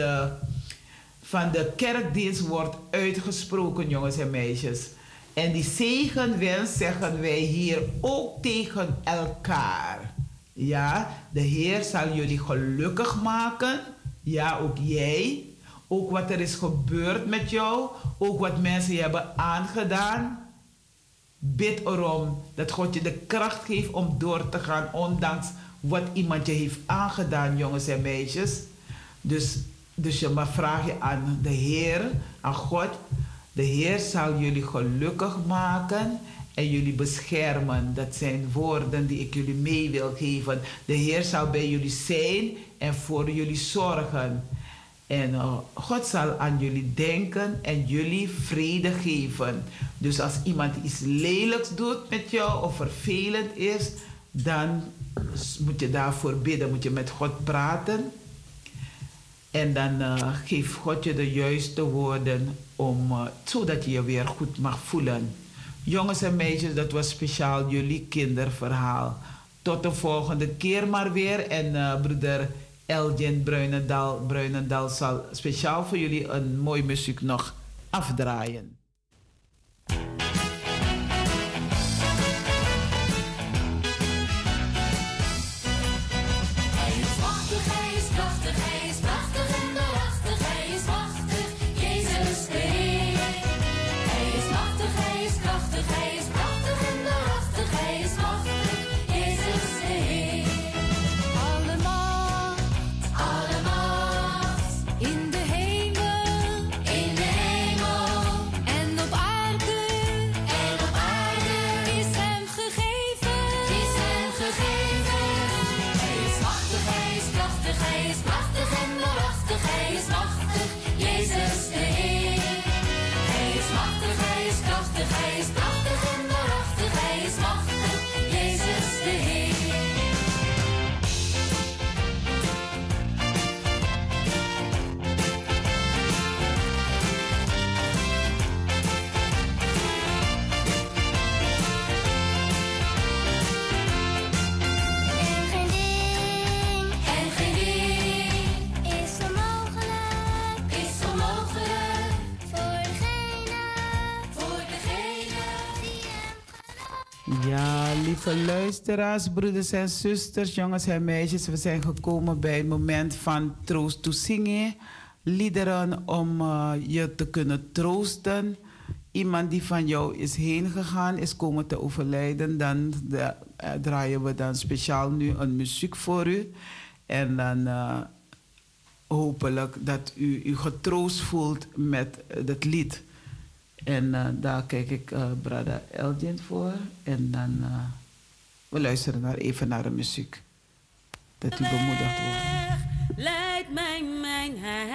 van de kerkdienst wordt uitgesproken, jongens en meisjes. En die zegenwens zeggen wij hier ook tegen elkaar. Ja, de Heer zal jullie gelukkig maken. Ja, ook jij. Ook wat er is gebeurd met jou. Ook wat mensen je hebben aangedaan. Bid erom dat God je de kracht geeft om door te gaan, ondanks wat iemand je heeft aangedaan, jongens en meisjes. Dus je mag vragen aan de Heer, aan God. De Heer zal jullie gelukkig maken en jullie beschermen. Dat zijn woorden die ik jullie mee wil geven. De Heer zal bij jullie zijn en voor jullie zorgen. En God zal aan jullie denken en jullie vrede geven. Dus als iemand iets lelijks doet met jou of vervelend is, dan moet je daarvoor bidden. Moet je met God praten. En dan geeft God je de juiste woorden zodat je je weer goed mag voelen. Jongens en meisjes, dat was speciaal jullie kinderverhaal. Tot de volgende keer maar weer. En broeder Elgin Bruinendal zal speciaal voor jullie een mooie muziek nog afdraaien. Hij is krachtig, hij is prachtig en waarachtig, hij is machtig, Jezus de Heer. Hij is machtig, hij is krachtig, hij is prachtig en waarachtig, hij is machtig, Jezus de Heer. Ja, lieve luisteraars, broeders en zusters, jongens en meisjes. We zijn gekomen bij het moment van troost toezingen. Liederen om je te kunnen troosten. Iemand die van jou is heen gegaan, is komen te overlijden. Dan draaien we dan speciaal nu een muziek voor u. En dan hopelijk dat u u getroost voelt met het lied. En daar kijk ik Brada Elgin voor. En dan we luisteren even naar de muziek. Dat u bemoedigd wordt. Leid mij mijn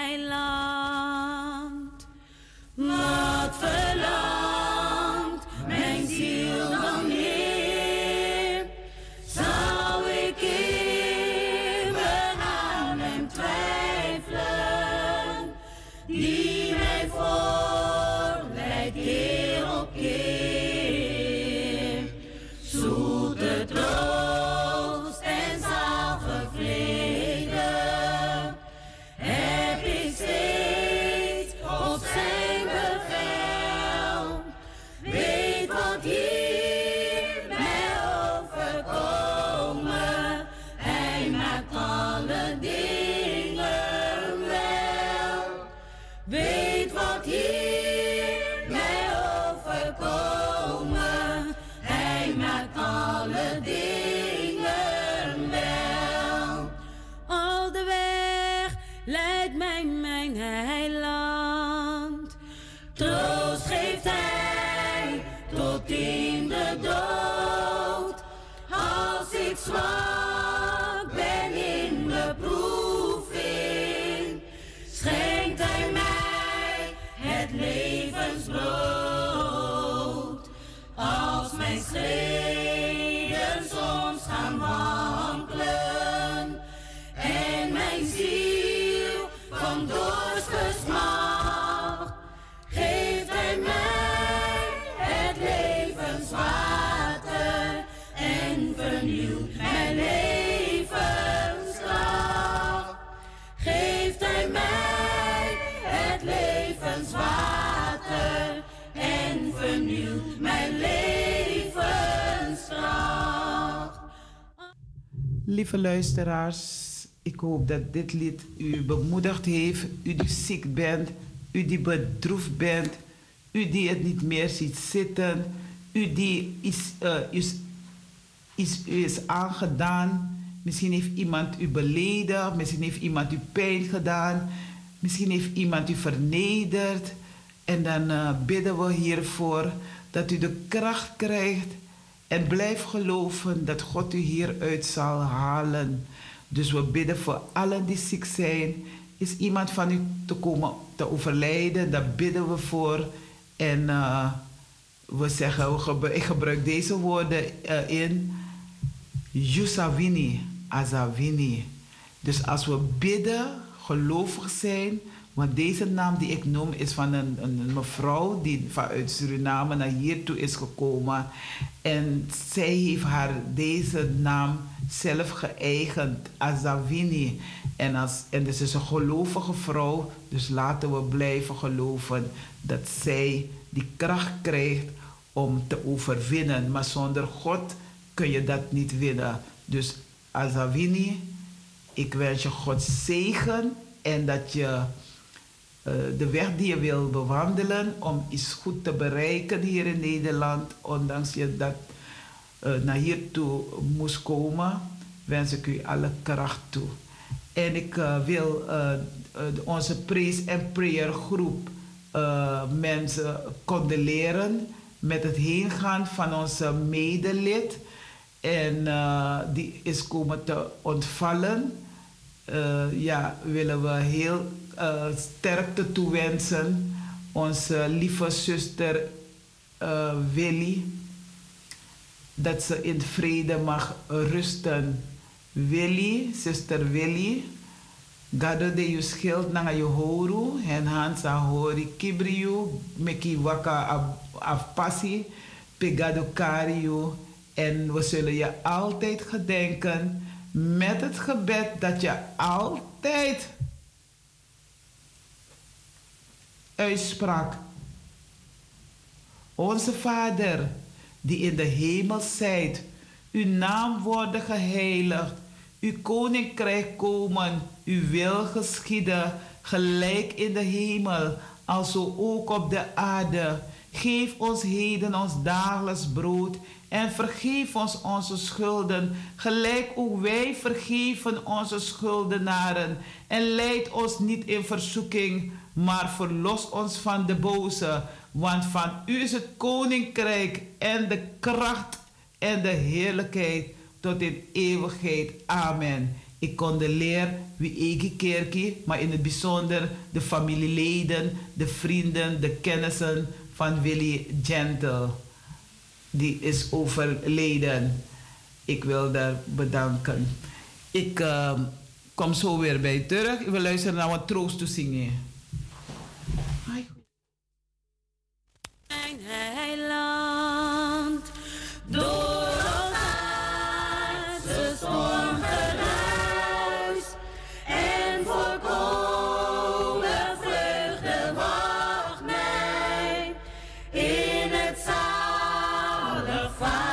heiland. Wat verlangt mijn ziel dan meer? Zou ik even aan hem twijfelen? Die mij voorleidt keer op keer. Zoete troost en zalige vrede heb ik steeds op zijn bevel. Weet wat hier mij overkomen, hij maakt alle dingen wel. Weet wat hier mij overkomen, hij maakt alle dingen wel. Al de weg leidt mij mijn heiland. Troost geeft hij tot in de dood. Als ik zwak ben in beproeving, schenkt hij mij het levensbrood. Als mijn schreden soms gaan wankelen en mijn ziel van dorst gesmacht, geeft hij mij het levenswater en vernieuwt mijn levenskracht. Geeft hij mij het levenswater en vernieuwt mijn levenskracht. Lieve luisteraars, ik hoop dat dit lied u bemoedigd heeft. U die ziek bent, u die bedroefd bent, u die het niet meer ziet zitten, u die u is aangedaan. Misschien heeft iemand u beledigd, misschien heeft iemand u pijn gedaan, misschien heeft iemand u vernederd. En dan bidden we hiervoor dat u de kracht krijgt en blijf geloven dat God u hieruit zal halen. Dus we bidden voor allen die ziek zijn. Is iemand van u te komen te overlijden, daar bidden we voor. En we zeggen, ik gebruik deze woorden in Yusavini, Azavini. Dus als we bidden, gelovig zijn, want deze naam die ik noem is van een mevrouw die vanuit Suriname naar hier toe is gekomen. En zij heeft haar deze naam zelf geëigend, Azavini. En dus is een gelovige vrouw, dus laten we blijven geloven dat zij die kracht krijgt om te overwinnen. Maar zonder God kun je dat niet winnen. Dus Azavini, ik wens je God zegen en dat je de weg die je wil bewandelen om iets goed te bereiken hier in Nederland, ondanks je dat naar hier toe moest komen, wens ik u alle kracht toe. En ik wil onze Praise and Prayer groep mensen condoleren met het heengaan van onze medelid. En die is komen te ontvallen. willen we heel sterkte toewensen. Onze lieve zuster Willy. Dat ze in vrede mag rusten. Willy, zuster Willy. Gado de you schild nanga you horu. En hansa hori kibriu. Meki waka afpassi. Pegado kariu. En we zullen je altijd gedenken met het gebed dat je altijd uitsprak. Onze Vader, die in de hemel zijt, uw naam worden geheiligd, uw koninkrijk komen, uw wil geschieden, gelijk in de hemel, alzo ook op de aarde. Geef ons heden ons dagelijks brood en vergeef ons onze schulden, gelijk ook wij vergeven onze schuldenaren. En leid ons niet in verzoeking, maar verlos ons van de boze. Want van u is het koninkrijk en de kracht en de heerlijkheid tot in eeuwigheid. Amen. Ik condoleer wie eigen kerkie, maar in het bijzonder de familieleden, de vrienden, de kennissen van Willy Gentle. Die is overleden. Ik wil daar bedanken. Ik kom zo weer bij je terug. We luisteren naar wat troost te zingen. Mijn heiland, door het aardse stormgeruis en voorkomen vreugde wacht mij in het zalig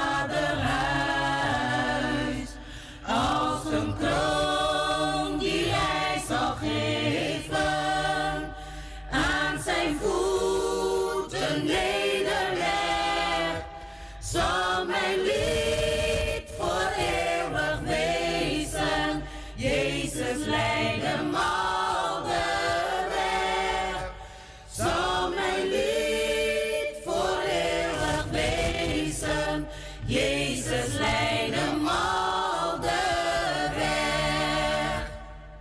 vaderhuis. Als een kroon die hij zal geven aan zijn voeten nederleg, zal mijn lied voor eeuwig wezen. Jezus leidt hem al de weg, zal mijn lied voor eeuwig wezen. Jezus leidt hem al de weg.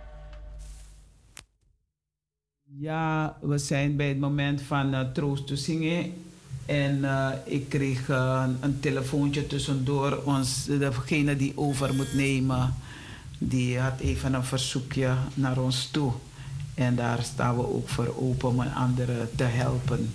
Ja, we zijn bij het moment van troost te zingen. En ik kreeg een telefoontje tussendoor. Degene die over moet nemen, die had even een verzoekje naar ons toe. En daar staan we ook voor open om anderen te helpen.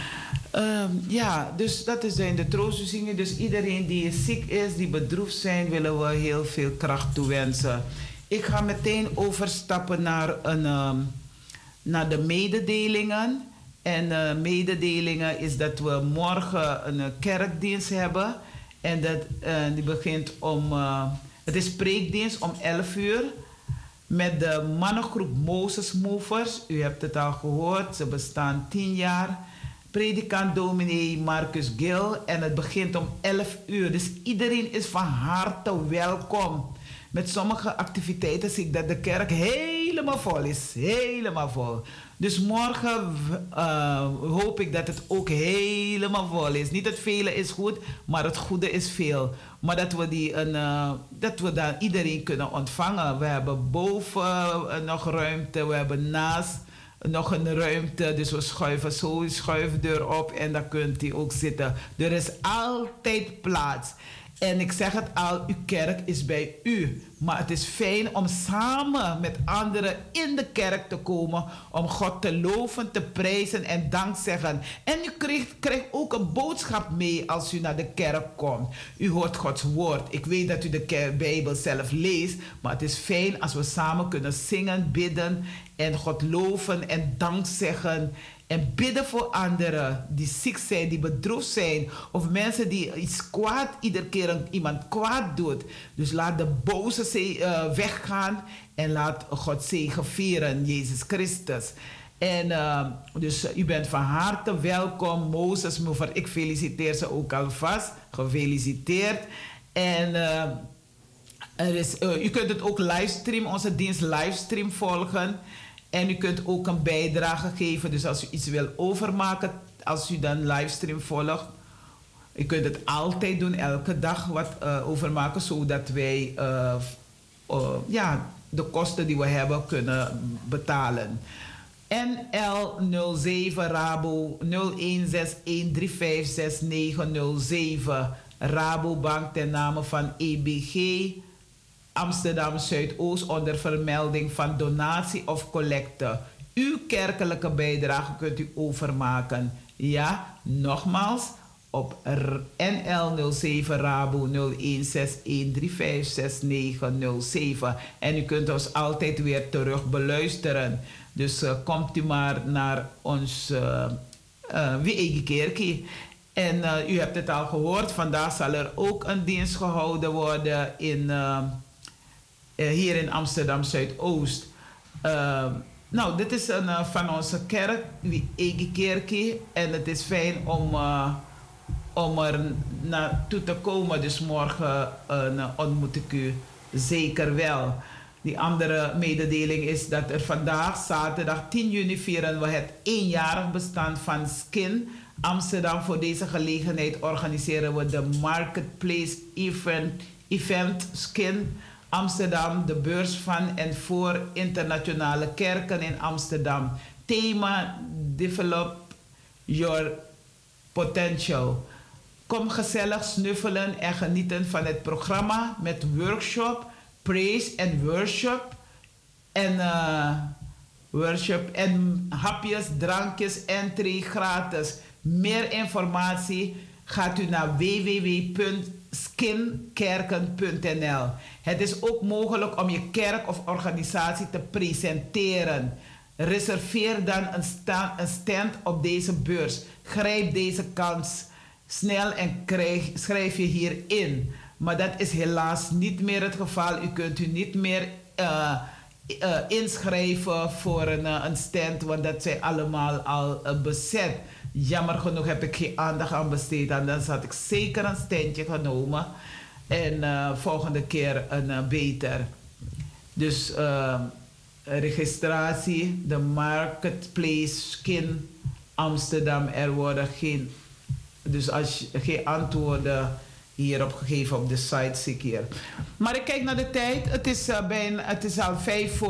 Dus dat zijn de troosttoezingen. Dus iedereen die ziek is, die bedroefd zijn, willen we heel veel kracht toewensen. Ik ga meteen overstappen naar de mededelingen. En mededelingen is dat we morgen een kerkdienst hebben. En die begint het is preekdienst om 11 uur. Met de mannengroep Moses Movers. U hebt het al gehoord, ze bestaan 10 jaar. Predikant dominee Marcus Gil. En het begint om 11 uur. Dus iedereen is van harte welkom. Met sommige activiteiten zie ik dat de kerk helemaal vol is. Helemaal vol. Dus morgen hoop ik dat het ook helemaal vol is. Niet het vele is goed, maar het goede is veel. Maar dat we dan iedereen kunnen ontvangen. We hebben boven nog ruimte. We hebben naast nog een ruimte. Dus we schuiven zo een schuifdeur op en dan kunt u ook zitten. Er is altijd plaats. En ik zeg het al, uw kerk is bij u. Maar het is fijn om samen met anderen in de kerk te komen. Om God te loven, te prijzen en dankzeggen. En u krijgt ook een boodschap mee als u naar de kerk komt. U hoort Gods woord. Ik weet dat u de Bijbel zelf leest. Maar het is fijn als we samen kunnen zingen, bidden. En God loven en dankzeggen. En bidden voor anderen die ziek zijn, die bedroefd zijn. Of mensen die iets kwaad, iedere keer iemand kwaad doet. Dus laat de boze weggaan. En laat God zegen vieren, Jezus Christus. En dus u bent van harte welkom, Moses Mover. Ik feliciteer ze ook alvast. Gefeliciteerd. En u kunt het ook livestream, onze dienst livestream volgen. En u kunt ook een bijdrage geven. Dus als u iets wil overmaken, als u dan livestream volgt. U kunt het altijd doen, elke dag wat overmaken. Zodat wij de kosten die we hebben kunnen betalen. NL07 Rabo 0161356907 Rabobank ten name van EBG Amsterdam Zuidoost onder vermelding van donatie of collecte. Uw kerkelijke bijdrage kunt u overmaken. Ja, nogmaals op NL07 Rabo 0161356907. En u kunt ons altijd weer terug beluisteren. Dus komt u maar naar ons Wiegekerkie. En u hebt het al gehoord, vandaag zal er ook een dienst gehouden worden hier in Amsterdam Zuidoost. Nou, dit is van onze kerk, Wiegekerkie. En het is fijn om er naartoe te komen. Dus morgen ontmoet ik u zeker wel. Die andere mededeling is dat er vandaag, zaterdag 10 juni, vieren we het 1-jarig bestaan van Skin Amsterdam. Voor deze gelegenheid organiseren we de Marketplace Event Skin Amsterdam, de beurs van en voor internationale kerken in Amsterdam. Thema Develop Your Potential. Kom gezellig snuffelen en genieten van het programma met workshop, praise and worship en hapjes, drankjes, entree gratis. Meer informatie gaat u naar www.skinkerken.nl. Het is ook mogelijk om je kerk of organisatie te presenteren. Reserveer dan een stand op deze beurs. Grijp deze kans snel en schrijf je hierin. Maar dat is helaas niet meer het geval. U kunt u niet meer inschrijven voor een stand, want dat zijn allemaal al bezet. Jammer genoeg heb ik geen aandacht aan besteed. En dan had ik zeker een standje genomen. En volgende keer een beter. Dus registratie, de Marketplace Skin Amsterdam. Er worden dus als je geen antwoorden hierop gegeven op de site, zie ik hier. Maar ik kijk naar de tijd. Het is al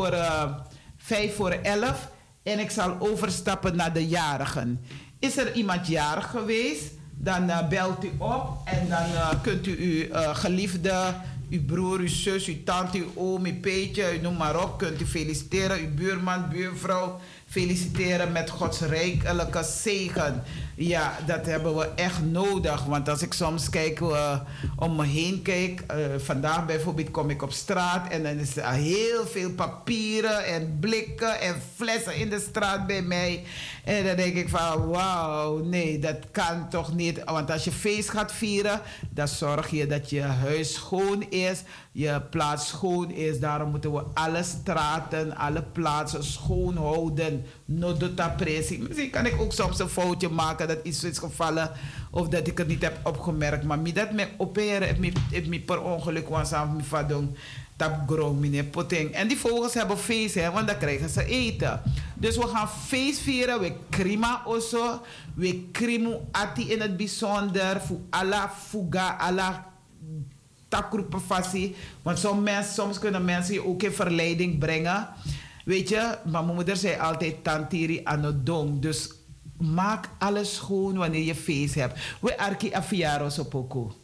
11:05. En ik zal overstappen naar de jarigen. Is er iemand jarig geweest? Dan belt u op en dan kunt u uw geliefde, uw broer, uw zus, uw tante, uw oom, uw peetje, noem maar op, kunt u feliciteren. Uw buurman, buurvrouw feliciteren met Gods rijkelijke zegen. Ja, dat hebben we echt nodig. Want als ik soms kijk om me heen kijk, vandaag bijvoorbeeld kom ik op straat en dan is er heel veel papieren en blikken en flessen in de straat bij mij. En dan denk ik van wauw, nee, dat kan toch niet. Want als je feest gaat vieren, dan zorg je dat je huis schoon is, je plaats schoon is. Daarom moeten we alle straten, alle plaatsen schoon houden. Misschien kan ik ook soms een foutje maken dat iets is gevallen of dat ik het niet heb opgemerkt. Maar dat me operen, ik per ongeluk was aan mijn vader tap grond, meneer Potting. En die vogels hebben feest, hè, want dan krijgen ze eten. Dus we gaan feest vieren. We krima osso. We krimu ati in het bijzonder. Voor alla fuga, alla takroepen fassie. Want soms kunnen mensen je ook in verleiding brengen. Weet je, mijn moeder zei altijd tantiri anodong. Dus maak alles schoon wanneer je feest hebt. We arki afiaros op oko.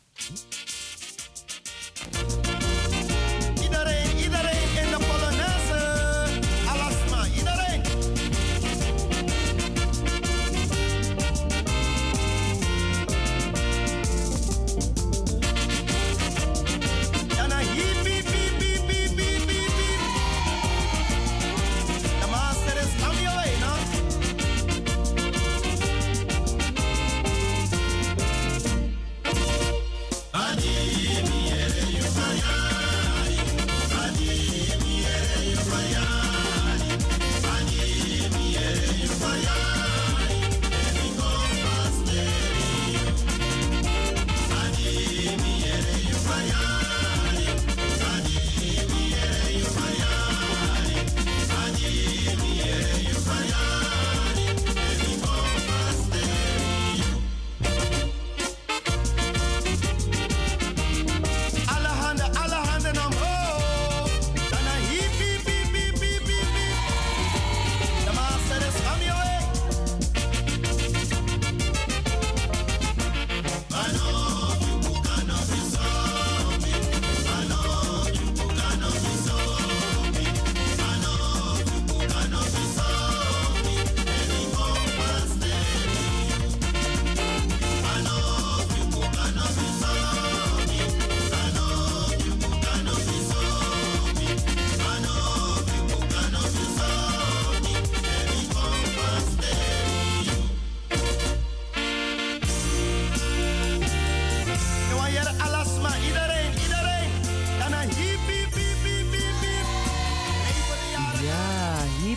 Iedereen in de Polonaise. Alasma, iedereen. Ja, na hiep, hiep, hiep, hiep, hiep, hiep, hiep. De master is on your way, no? Ani, miere, you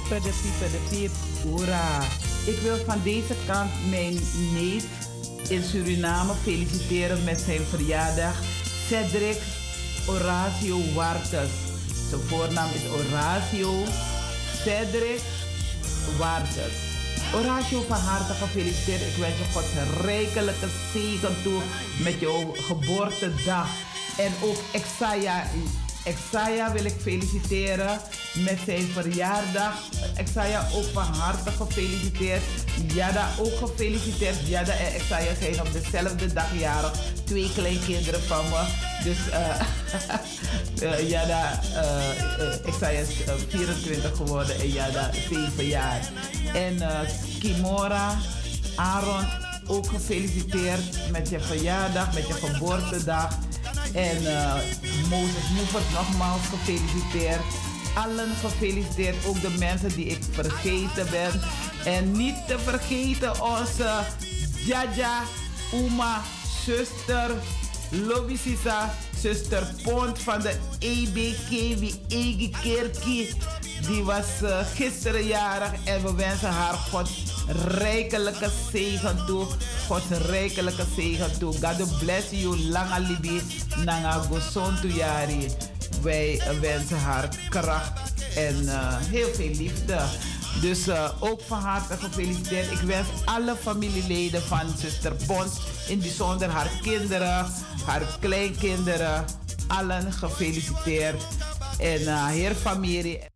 de piep. Hoera. Ik wil van deze kant mijn neef in Suriname feliciteren met zijn verjaardag. Cedric Horatio Wartes. Zijn voornaam is Horatio Cedric Wartes. Horatio, van harte gefeliciteerd. Ik wens je Gods rijkelijke zegen toe met jouw geboortedag. En ook Exaya wil ik feliciteren met zijn verjaardag. Exaya ook van harte gefeliciteerd. Jada ook gefeliciteerd. Jada en Exaya zijn op dezelfde dag jarig. 2 kleinkinderen van me. Dus Jada, Exaya is 24 geworden en Jada 7 jaar. En Kimora, Aaron, ook gefeliciteerd met je verjaardag, met je geboortedag. En Mozes Moevers nogmaals gefeliciteerd. Allen gefeliciteerd, ook de mensen die ik vergeten ben. En niet te vergeten onze Jaja, Uma, zuster Lobisisa, zuster Pont van de EBK, wie Egi Kerkie. Die was gisteren jarig en we wensen haar Gods rijkelijke zegen toe. Gods rijkelijke zegen toe. God bless you, langa libi, nanga gozontu yari. Wij wensen haar kracht en heel veel liefde. Dus ook van harte gefeliciteerd. Ik wens alle familieleden van zuster Pont, in bijzonder haar kinderen, haar kleinkinderen, allen gefeliciteerd. En haar familie.